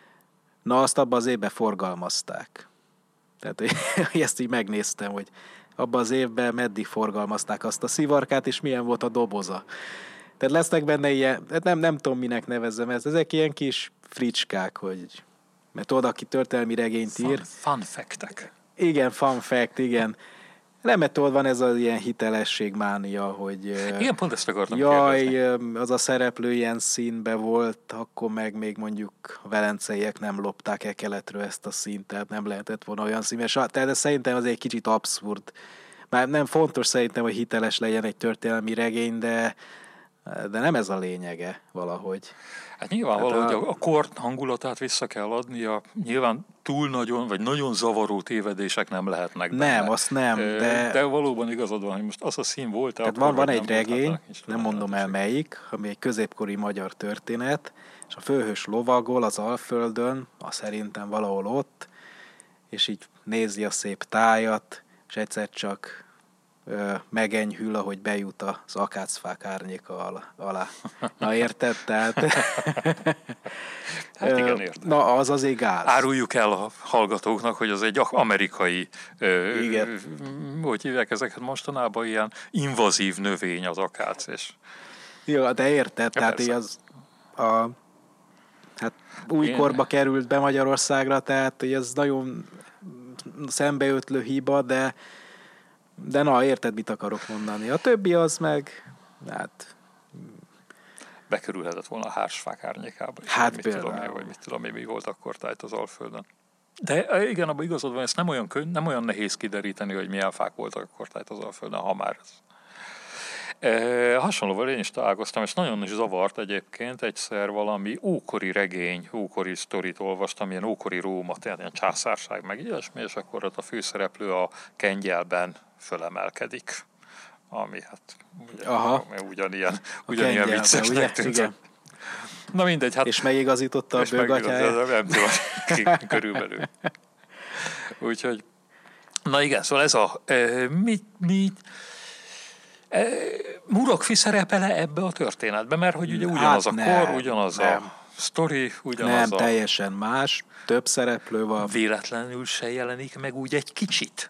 Na, azt abban az évben forgalmazták. Tehát ezt így megnéztem, hogy abban az évben meddig forgalmazták azt a szivarkát, és milyen volt a doboza. Tehát lesznek benne ilyen, nem tudom minek nevezzem ezt, ezek ilyen kis fricskák, hogy, mert tudod, aki történelmi regényt ír. Fun fact-ek. Igen, fun fact, igen. Nem, mert tudod, van ez az ilyen hitelességmánia, hogy Igen, pont ezt akartam jaj, kérdezni. az a szereplő ilyen színbe volt, akkor meg még mondjuk a velenceiek nem lopták el keletről ezt a színt, tehát nem lehetett volna olyan színes. Tehát szerintem az egy kicsit abszurd. Már nem fontos szerintem, hogy hiteles legyen egy történelmi regény, de nem ez a lényege valahogy. Hát nyilvánvaló, hogy a kor hangulatát vissza kell adnia, nyilván túl nagyon, vagy nagyon zavaró tévedések nem lehetnek benne. Nem, azt nem, de valóban igazad van, hogy most az a szín volt. Tehát van egy regény, nem mondom el melyik, ami egy középkori magyar történet, és a főhős lovagol az Alföldön, szerintem valahol ott, és így nézi a szép tájat, és egyszer csak megenyhül, ahogy bejut az akácfák árnyéka alá. Na érted? Tehát... Hát igen, értem. Na, az azért gáz. Áruljuk el a hallgatóknak, hogy az egy amerikai, hogy hívják ezeket mostanában, ilyen invazív növény az akác. És... Jó, de érted? Tehát az újkorba került be Magyarországra, tehát ez nagyon szembeötlő hiba, de na, érted, mit akarok mondani. A többi az meg, hát... Bekerülhetett volna a hársfák árnyékába. Hát mit például. Tudom én, vagy mit tudom én, mi volt akkor tájt az Alföldön. De igen, abban igazad van, ezt nem olyan nehéz kideríteni, hogy milyen fák voltak akkor tájt az Alföldön, ha már ez. Hasonlóval én is találkoztam, és nagyon is zavart egyébként, egyszer valami ókori regény, ókori sztorit olvastam, ilyen ókori Róma, tehát ilyen császárság, meg ilyesmi, és akkor ott a főszereplő a kengyelben fölemelkedik, ami hát ugyanilyen viccesnek tűnt. Igen. Na mindegy, hát... És megigazította a bőgatyáját? Nem tudom, körülbelül. Úgyhogy, na igen, szóval ez a... Murokfi szerepele ebbe a történetbe, mert hogy ugye ugyanaz a kor, ugyanaz a sztori, ugyanaz nem, teljesen más, több szereplő van. Véletlenül se jelenik meg úgy egy kicsit?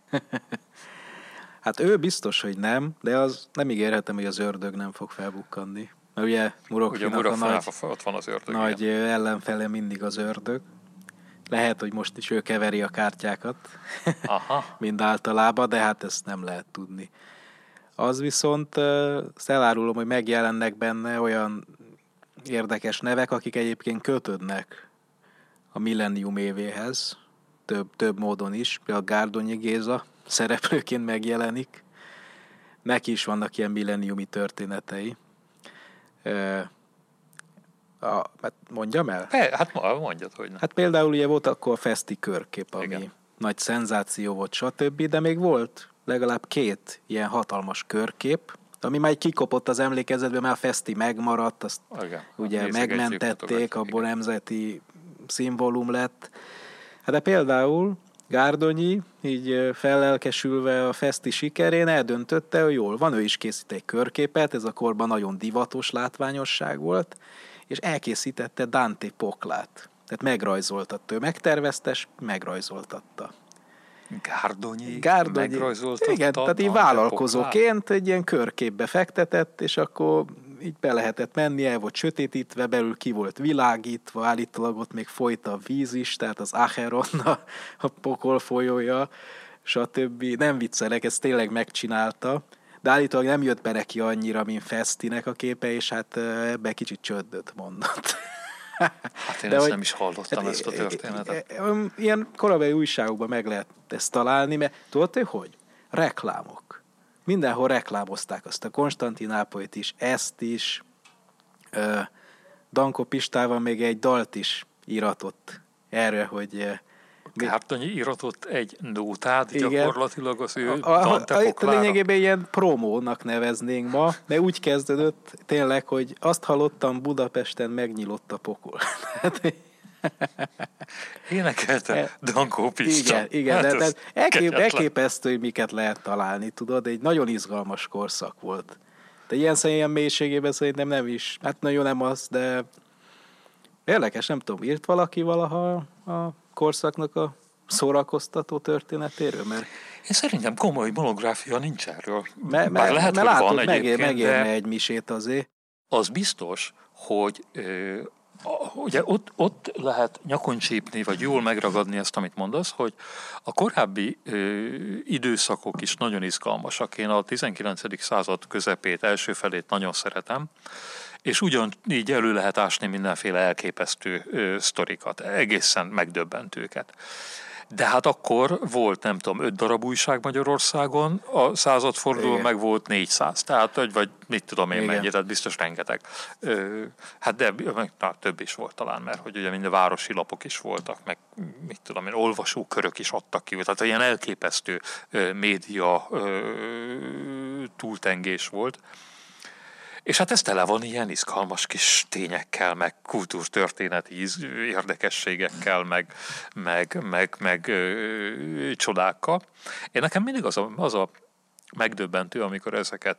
Hát ő biztos, hogy nem, de az nem ígérhetem, hogy az ördög nem fog felbukkanni. Mert ugye Murokfinak ott van az ördög, nagy ellenfele mindig az ördög. Lehet, hogy most is ő keveri a kártyákat, mind általában, de hát ezt nem lehet tudni. Az viszont elárulom, hogy megjelennek benne olyan érdekes nevek, akik egyébként kötődnek a millennium évéhez, több módon is. Például Gárdonyi Géza szereplőként megjelenik. Neki is vannak ilyen millenniumi történetei. Hát mondjam el? Hát mondjad, hogy nem. Hát például ugye volt akkor a feszti körkép, ami nagy szenzáció volt, stb., de még volt legalább 2 ilyen hatalmas körkép, ami már kikopott az emlékezetben, mert a feszti megmaradt, azt ugye megmentették, abból nemzeti szimbólum lett. Hát de például Gárdonyi így fellelkesülve a feszti sikerén eldöntötte, hogy jól van, ő is készít egy körképet, ez a korban nagyon divatos látványosság volt, és elkészítette Dante poklát. Tehát megrajzoltatta, ő megtervezte, és megrajzoltatta. Gárdonyi megrajzoltatta. Igen, tehát így vállalkozóként egy ilyen körképbe fektetett, és akkor így be lehetett menni, el volt sötétítve, belül ki volt világítva, állítólag ott még folyt a víz is, tehát az Acheron, a pokol folyója, stb. Nem viccelek, ezt tényleg megcsinálta, de állítólag nem jött be neki annyira, mint Fesztinek a képe, és hát ebbe kicsit csődöt mondott. Hát én ezt nem is hallottam, ezt a történetet. Ilyen korabeli újságokban meg lehet ezt találni, mert tudod, hogy? Reklámok. Mindenhol reklámozták azt a Konstantinápolyt is, ezt is. Danko Pistával még egy dalt is íratott erre, hogy... Gárdonyi íratott egy nótát, gyakorlatilag az ő Dante poklára. Lényegében ilyen promónak neveznénk ma, de úgy kezdődött tényleg, hogy azt hallottam, Budapesten megnyílott a pokol. Énekelte Danko Pista. Igen, hát de elképesztő, hogy miket lehet találni, tudod, egy nagyon izgalmas korszak volt. De ilyen mélységében szerintem nem is, hát nagyon nem az, de érdekes, nem tudom, írt valaki valaha a korszaknak a szórakoztató történetéről? Mert én szerintem komoly monográfia nincs erről. Bár lehet, hogy látod, van egyébként, megérne de egy misét azért. az biztos, hogy ugye ott lehet nyakon csípni, vagy jól megragadni ezt, amit mondasz, hogy a korábbi időszakok is nagyon izgalmasak. Én a 19. század közepét, első felét nagyon szeretem, és ugyanígy elő lehet ásni mindenféle elképesztő sztorikat, egészen megdöbbentőket. De hát akkor volt, nem tudom, 5 darab újság Magyarországon, a századfordulón meg volt 400, tehát vagy mit tudom én mennyi, tehát biztos rengeteg. Hát de több is volt talán, mert hogy ugye minden városi lapok is voltak, meg mit tudom én, olvasókörök is adtak ki, tehát ilyen elképesztő média túltengés volt. És hát ez tele van ilyen izgalmas kis tényekkel, meg kultúrtörténeti érdekességekkel, meg csodákkal. Én nekem mindig az a megdöbbentő, amikor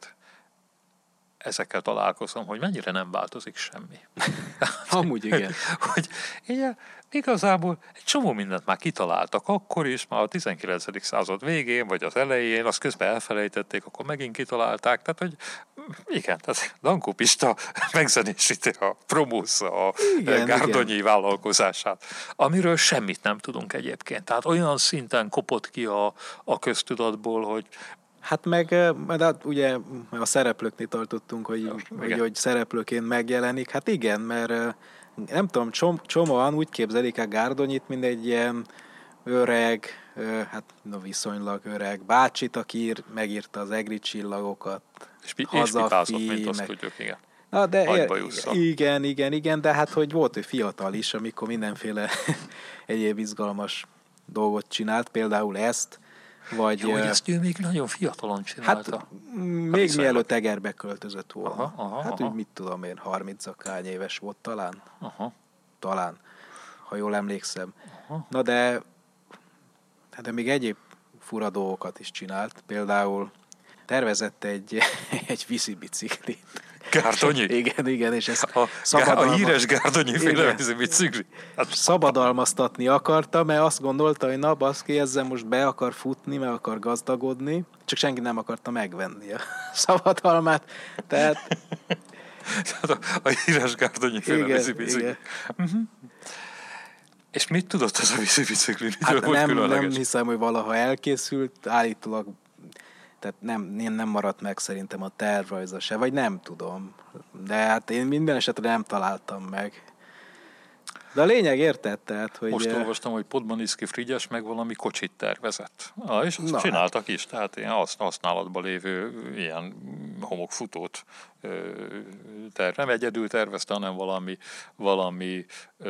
ezekkel találkozom, hogy mennyire nem változik semmi. Amúgy igen. Hogy igazából egy csomó mindent már kitaláltak akkor is, már a 19. század végén, vagy az elején, azt közben elfelejtették, akkor megint kitalálták. Tehát, hogy igen, tehát Dankó Pista megzenésíti a promózza a Gárdonyi vállalkozását, amiről semmit nem tudunk egyébként. Tehát olyan szinten kopott ki a köztudatból, hogy hát meg ugye a szereplőknél tartottunk, hogy szereplőként megjelenik. Hát igen, mert nem tudom, csomóan úgy képzelik a Gárdonyit, mint egy ilyen öreg, hát viszonylag öreg bácsit, aki megírta az Egri csillagokat. És pipázott, mint azt tudjuk, igen. Na, de igen, de hát hogy volt ő fiatal is, amikor mindenféle egyéb izgalmas dolgot csinált, például ezt, vagy... Jó, hogy ezt ő még nagyon fiatalon csinálta. Hát még mielőtt Egerbe költözött volna. Aha. Úgy mit tudom én, 30-akány éves volt talán. Aha. Talán, ha jól emlékszem. Aha. Na de még egyéb fura dolgokat is csinált. Például tervezett egy vízibiciklit. Gárdonyi? Igen, és ezt a híres Gárdonyi féle vízibicikli. Hát szabadalmaztatni akarta, mert azt gondolta, hogy na baszki, ezzel most be akar futni, meg akar gazdagodni, csak senki nem akarta megvenni a szabadalmát. Tehát a híres Gárdonyi féle vízibicikli. Uh-huh. És mit tudott az a vízibicikli? Hát nem hiszem, hogy valaha elkészült, állítólag tehát nem maradt meg szerintem a tervrajza se, vagy nem tudom. De hát én minden esetre nem találtam meg. De a lényeg érted, tehát, hogy... Most olvastam, hogy Podmaniszky Frigyes meg valami kocsit tervezett. És azt csináltak is, tehát ilyen használatban lévő ilyen homokfutót nem egyedül tervezte, hanem valami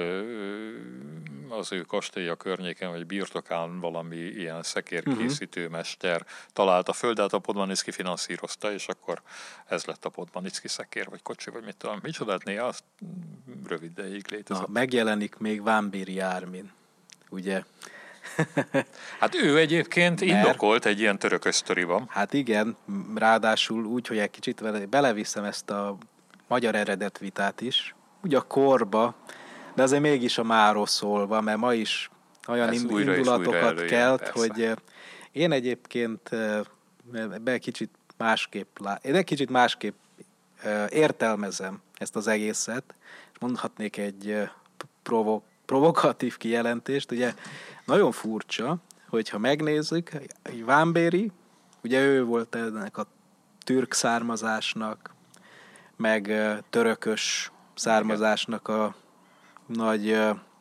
az ő kastélya környéken, vagy birtokán valami ilyen szekérkészítőmester találta föl, de hát a Podmaniszky finanszírozta, és akkor ez lett a Podmaniszky szekér, vagy kocsi, vagy mit tudom. Micsodát néha, azt rövid ideig létezett. Megjelenik még Vámbéry Ármin, ugye? Hát ő egyébként indokolt egy ilyen törökös sztoriban. Hát igen, ráadásul úgy, hogy egy kicsit beleviszem ezt a magyar eredet vitát is, ugye a korba, de azért mégis a máról szólva, mert ma is olyan indulatokat kelt, hogy én egyébként egy kicsit másképp értelmezem ezt az egészet, és mondhatnék egy provokatív kijelentést. Ugye nagyon furcsa, hogyha megnézzük, Vámbéry, ugye ő volt ennek a türk származásnak, meg törökös származásnak a nagy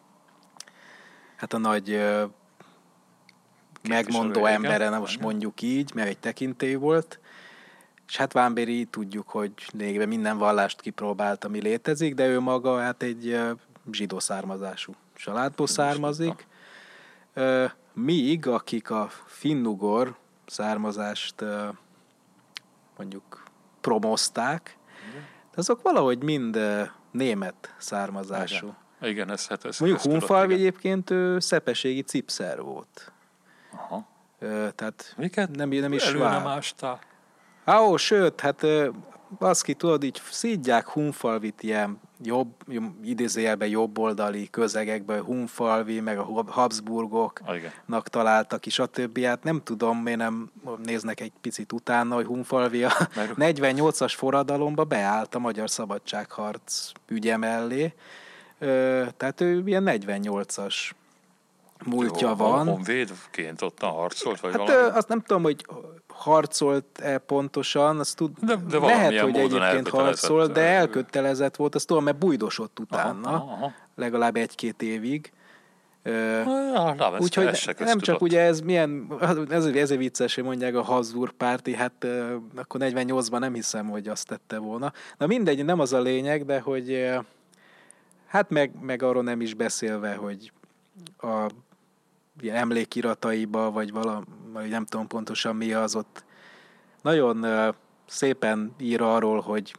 megmondó embere, most mondjuk így, mert egy tekintély volt. És hát Vámbéry tudjuk, hogy lényegében minden vallást kipróbált, ami létezik, de ő maga hát egy zsidó származású családból származik. Míg akik a finnugor származást mondjuk promozták, azok valahogy mind német származású. Igen, ez mondjuk Hunfalvi egyébként ő szepeségi cipszer volt. Aha. Tehát miket nem is előre mástál? Sőt, hát baszki, tudod, így szídják Hunfalvit ilyen idézőjelben jobboldali közegekben, Hunfalvi, meg a Habsburgoknak találtak is, stb. Hát nem tudom, miért nem néznek egy picit utána, hogy Hunfalvi a 48-as forradalomba beállt a magyar szabadságharc ügye mellé. Tehát ő ilyen 48-as múltja van. Honvédként ott harcolt? Vagy hát azt nem tudom, hogy harcolt-e pontosan, azt de lehet, hogy egyébként harcolt, de elkötelezett volt, azt tudom, mert bújdosott utána, legalább 1-2 évig. Úgyhogy nem csak ugye ez milyen, ez vicces, hogy mondják a Habsburg párti, hát akkor 48-ban nem hiszem, hogy azt tette volna. Na mindegy, nem az a lényeg, de hogy hát meg arról nem is beszélve, hogy a emlékirataiba, vagy valami, nem tudom pontosan mi az, ott nagyon szépen ír arról, hogy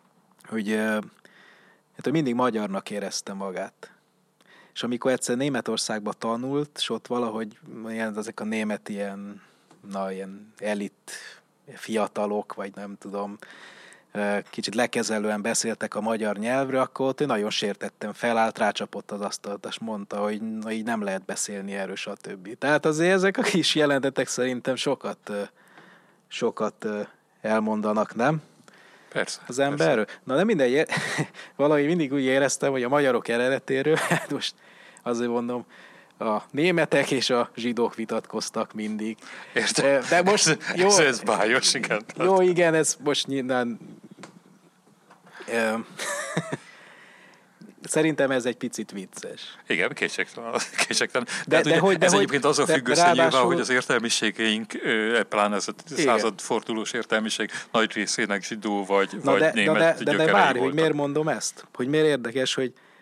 mindig magyarnak érezte magát. És amikor egyszer Németországba tanult, és ott valahogy ezek a német ilyen elit fiatalok, vagy nem tudom, kicsit lekezelően beszéltek a magyar nyelvről, akkor ott nagyon sértettem, felállt, rácsapott az asztalt, és mondta, hogy így nem lehet beszélni erről, stb. Tehát azért ezek a kis jelentetek szerintem sokat elmondanak, nem? Persze. Az emberről. Persze. Na de mindegy, valahogy mindig úgy éreztem, hogy a magyarok eredetéről, hát most azért mondom, a németek és a zsidók vitatkoztak mindig. Értem. De most jó. Ez bájos, igen. Jó, igen, ez most nyilván szerintem ez egy picit vicces. Igen, kétségtelen. De ez egyébként azon függ össze nyilván, hogy az értelmiségeink, pláne ez a századfordulós értelmiség nagy részének zsidó vagy német gyökerei de várj, voltak. hogy miért mondom ezt? Hogy miért érdekes,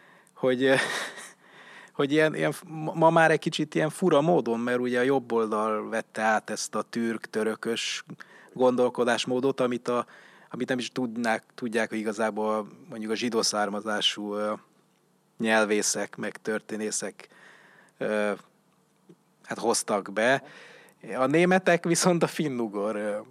hogy ilyen, ma már egy kicsit ilyen fura módon, mert ugye a jobb oldal vette át ezt a türk-törökös gondolkodásmódot, amit nem is tudják, hogy igazából mondjuk a zsidó származású nyelvészek, meg történészek hát hoztak be. A németek viszont a finnugor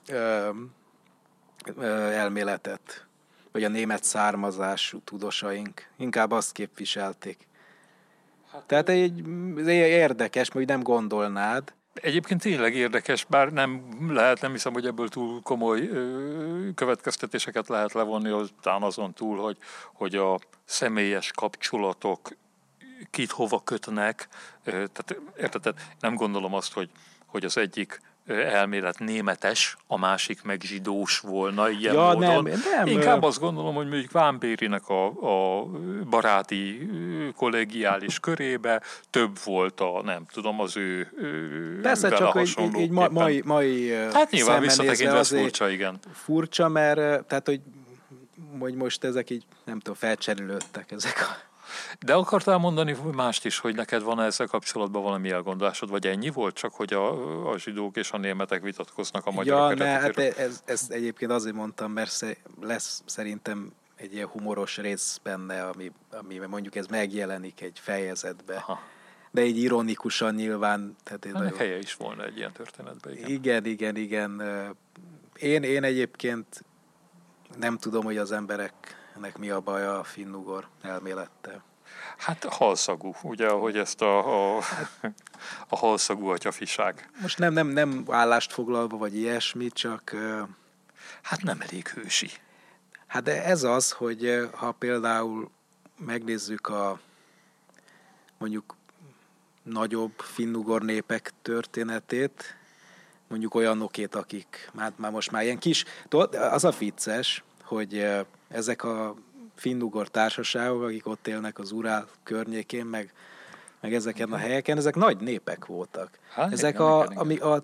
elméletet, vagy a német származású tudósaink inkább azt képviselték. Tehát egy érdekes, hogy nem gondolnád. Egyébként tényleg érdekes, bár nem hiszem, hogy ebből túl komoly következtetéseket lehet levonni, aztán azon túl, hogy a személyes kapcsolatok kit hova kötnek. Tehát érted, nem gondolom azt, hogy az egyik elmélet németes, a másik meg zsidós volna ilyen módon. Nem. Inkább azt gondolom, hogy mondjuk Vámbérinek a baráti kollegiális körébe több volt az ő persze, csak egy mai hát nyilván visszatekintve ez furcsa, igen. Furcsa, mert tehát, hogy most ezek így, nem tudom, felcserélődtek ezek a... De akartál mondani mást is, hogy neked van ezzel kapcsolatban valami elgondolásod, vagy ennyi volt, csak hogy a zsidók és a németek vitatkoznak a magyarok eredetéről? Hát ez egyébként azért mondtam, mert lesz szerintem egy ilyen humoros rész benne, ami mondjuk ez megjelenik egy fejezetbe. Aha. De így ironikusan nyilván. Ennek helye is volna egy ilyen történetben. Igen. Én egyébként nem tudom, hogy az embereknek mi a baja a finnugor elmélettel. Hát halszagú, ugye, ahogy ezt a halszagú atyafiság. Most nem állást foglalva, vagy ilyesmi, csak... Hát nem elég hősi. Hát de ez az, hogy ha például megnézzük mondjuk nagyobb finnugor népek történetét, mondjuk olyanokét, akik már most már ilyen kis... Az a vicces, hogy ezek a finnugor társaságok, akik ott élnek az Urál környékén, meg ezeken a helyeken, ezek nagy népek voltak. Ezek ami a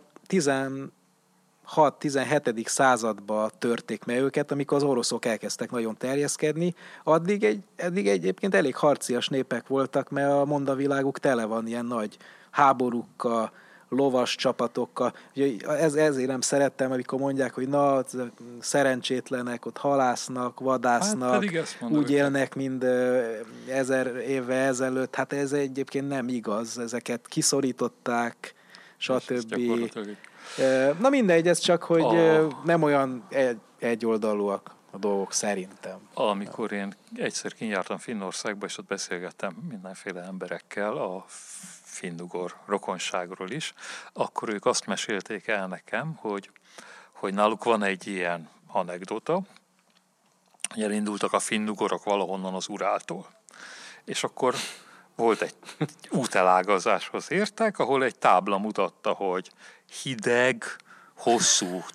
16-17. Században törték meg őket, amikor az oroszok elkezdtek nagyon terjeszkedni, addig egyébként elég harcias népek voltak, mert a mondaviláguk tele van ilyen nagy háborúkkal, lovas csapatokkal. Ezért nem szerettem, amikor mondják, hogy szerencsétlenek, ott halásznak, vadásznak, úgy élnek, mint 1000 évvel ezelőtt. Hát ez egyébként nem igaz. Ezeket kiszorították, stb. Na mindegy, ez csak, hogy nem olyan egyoldalúak a dolgok szerintem. Amikor én egyszer kinyártam Finnországba, és ott beszélgettem mindenféle emberekkel a finnugor rokonságról is, akkor ők azt mesélték el nekem, hogy náluk van egy ilyen anekdota, hogy elindultak a finnugorok valahonnan az Uráltól. És akkor volt egy útelágazáshoz értek, ahol egy tábla mutatta, hogy hideg, hosszú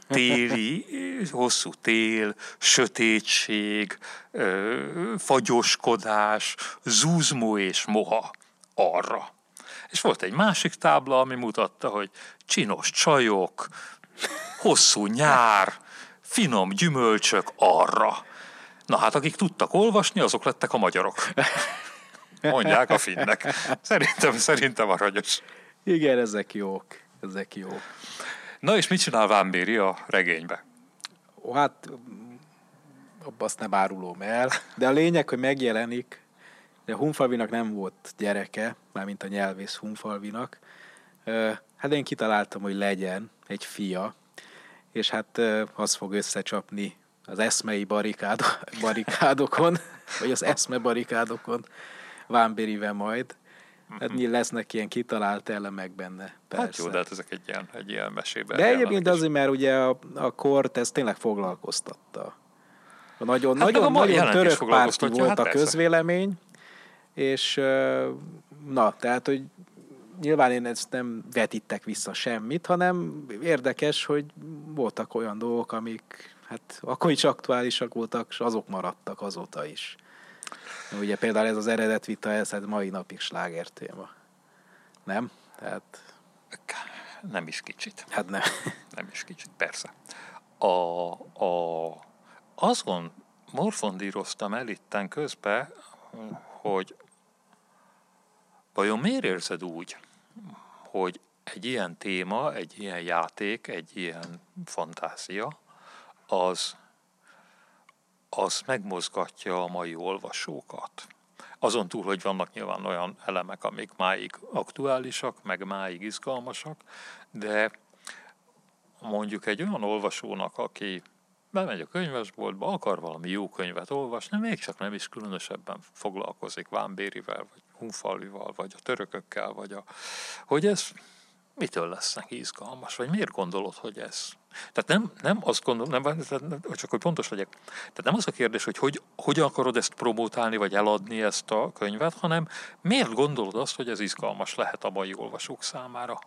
tél, sötétség, fagyoskodás, zuzmó és moha arra. És volt egy másik tábla, ami mutatta, hogy csinos csajok, hosszú nyár, finom gyümölcsök arra. Na hát, akik tudtak olvasni, azok lettek a magyarok. Mondják a finnek. Szerintem aranyos. Igen, ezek jók. Na és mit csinál Vámbéry a regénybe? Hát, azt nem árulom el. De a lényeg, hogy megjelenik, de Hunfalvinak nem volt gyereke, mármint a nyelvész Hunfalvinak. Hát én kitaláltam, hogy legyen egy fia, és hát az fog összecsapni az eszmei barikádokon, vagy az eszme barikádokon Vámbéryvel majd. Hát lesznek ilyen kitalált elemek benne. Persze. Hát jó, de hát ezek egy ilyen mesében. De egyébként azért, mert ugye a kort ez tényleg foglalkoztatta. Nagyon törökpárti volt a közvélemény, és na, tehát, hogy nyilván én ezt nem vetítek vissza semmit, hanem érdekes, hogy voltak olyan dolgok, amik hát akkor is aktuálisak voltak, és azok maradtak azóta is. Ugye például ez az eredetvita, ez hát mai napig sláger téma. Nem? Tehát... Nem is kicsit. Hát nem. Nem is kicsit, persze. Azon morfondíroztam el itten közben, hogy vajon miért érzed úgy, hogy egy ilyen téma, egy ilyen játék, egy ilyen fantázia, az megmozgatja a mai olvasókat. Azon túl, hogy vannak nyilván olyan elemek, amik máig aktuálisak, meg máig izgalmasak, de mondjuk egy olyan olvasónak, aki bemegy a könyvesboltba, akar valami jó könyvet olvasni, még csak nem is különösebben foglalkozik Vámbéryvel, vagy Hunfalvival, vagy a törökökkel, hogy ez mitől lesz neki izgalmas, vagy miért gondolod, hogy ez... Tehát nem azt gondolom, csak hogy pontos legyek, tehát nem az a kérdés, hogy hogyan akarod ezt promótálni, vagy eladni ezt a könyvet, hanem miért gondolod azt, hogy ez izgalmas lehet a mai olvasók számára?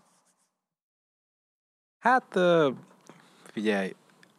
Hát, figyelj,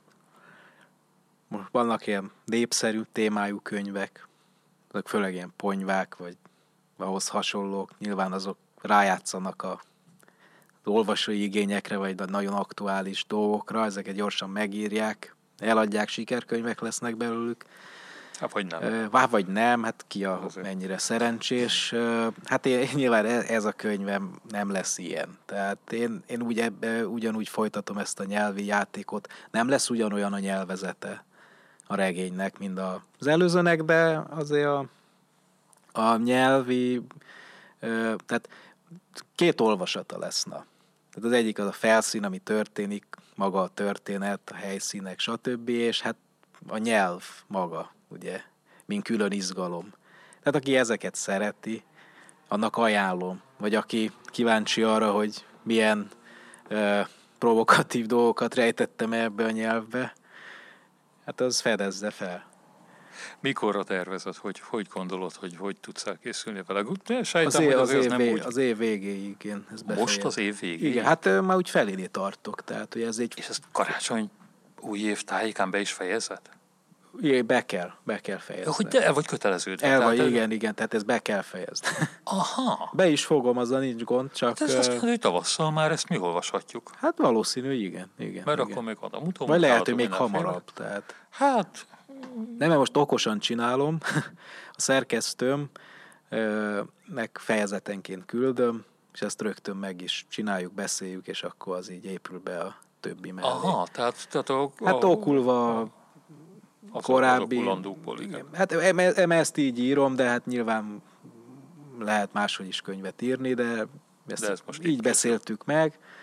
most vannak ilyen népszerű témájú könyvek, azok főleg ilyen ponyvák, vagy ahhoz hasonlók, nyilván azok rájátszanak az olvasói igényekre, vagy nagyon aktuális dolgokra, ezeket gyorsan megírják, eladják, sikerkönyvek lesznek belőlük. Vagy nem, hát ki mennyire szerencsés. Hát nyilván ez a könyvem nem lesz ilyen. Tehát én ugyanúgy folytatom ezt a nyelvi játékot. Nem lesz ugyanolyan a nyelvezete a regénynek, mint az előzőnek, de azért a nyelvi, tehát két olvasata lesz. Tehát az egyik az a felszín, ami történik, maga a történet, a helyszínek, stb. És hát a nyelv maga, ugye, mint külön izgalom. Tehát aki ezeket szereti, annak ajánlom. Vagy aki kíváncsi arra, hogy milyen provokatív dolgokat rejtettem ebbe a nyelvbe, hát az fedezze fel. Mikorra tervezed, hogy gondolod, hogy tudsz elkészülni vele? Az év végéig én ezt befejezem. Most az év végéig? Igen, hát már úgy feléné tartok. Tehát, hogy ez egy... És ezt karácsony új év tájékán be is fejezed? Igen, be kell fejezni. Hogy te el vagy köteleződve? Igen, tehát ezt be kell fejezni. Aha. Be is fogom, azzal nincs gond, csak... Hát ezt azt mondod, hogy tavasszal már ezt mi olvashatjuk? Hát valószínű, igen. Mert igen. Akkor még van a mutom. Vagy lehet, hogy még hamarabb. Tehát... Hát... Nem, mert most okosan csinálom. A szerkesztőmnek fejezetenként küldöm, és ezt rögtön meg is csináljuk, beszéljük, és akkor az így épül be a többi mellé. Aha, tehát hát okulva korábbi... Igen. Hát ezt így írom, de hát nyilván lehet máshogy is könyvet írni, de ezt most így beszéltük meg,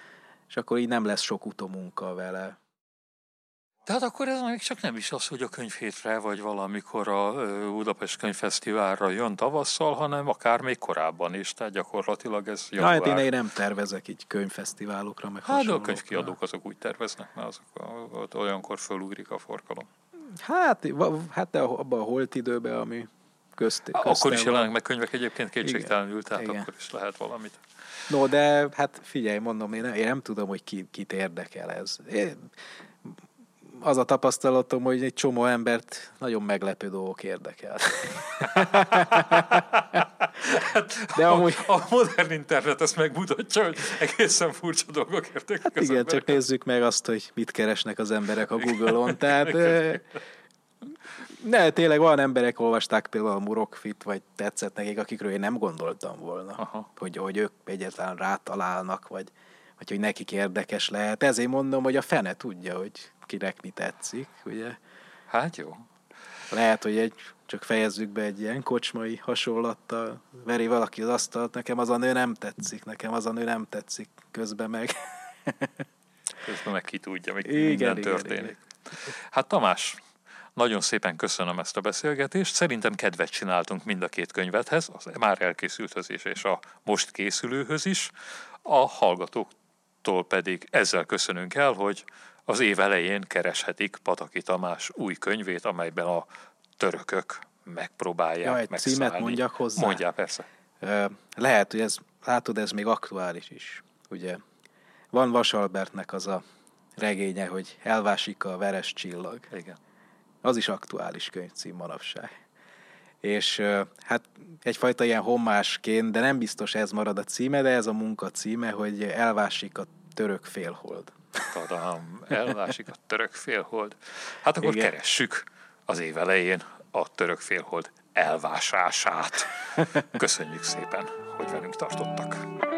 és akkor így nem lesz sok utómunka vele. Tehát akkor ez még csak nem is az, hogy a könyvhétre, vagy valamikor a Budapest Könyvfesztiválra jön tavasszal, hanem akár még korábban is, tehát gyakorlatilag ez január. Hát én nem tervezek így könyvfesztiválokra, meg Hát a könyvkiadók azok úgy terveznek, mert azok olyankor fölugrik a forgalom. Hát de abban a holt időben, ami akkor is jelennek meg könyvek egyébként kétségtelenül, tehát igen. Akkor is lehet valamit. No, de hát figyelj, mondom, én nem tudom, hogy kit érdekel ez. Az a tapasztalatom, hogy egy csomó embert nagyon meglepő dolgok érdekel. De amúgy... a modern internet ezt megmutatja, hogy egészen furcsa dolgok érdekel. Hát igen, csak nézzük meg azt, hogy mit keresnek az emberek a Google-on. Tehát tényleg van emberek, olvasták például a Murokfit, vagy tetszett nekik, akikről én nem gondoltam volna, hogy ők egyáltalán rátalálnak, vagy hogy nekik érdekes lehet. Ezért mondom, hogy a fene tudja, hogy kinek mi tetszik, ugye? Hát jó. Lehet, hogy csak fejezzük be egy ilyen kocsmai hasonlattal, veri valaki az asztalt, nekem az a nő nem tetszik, közben meg. Közben meg ki tudja, még minden történik. Igen. Hát Tamás, nagyon szépen köszönöm ezt a beszélgetést. Szerintem kedvet csináltunk mind a két könyvedhez, az már elkészülthöz és a most készülőhöz is. A hallgatóktól pedig ezzel köszönünk el, hogy az év elején kereshetik Pataki Tamás új könyvét, amelyben a törökök megpróbálják megszállni. Címet mondjak hozzá. Mondjál, persze. Lehet, hogy ez még aktuális is, ugye. Van Vasalbertnek az a regénye, hogy Elvásik a veres csillag. Igen. Az is aktuális könyvcím manapság. És hát egyfajta ilyen hommásként, de nem biztos ez marad a címe, de ez a munka címe, hogy Elvásik a török félhold. Tadám, elvásik a török félhold. Hát akkor igen. Keressük az év elején a török félhold elvásását. Köszönjük szépen, hogy velünk tartottak.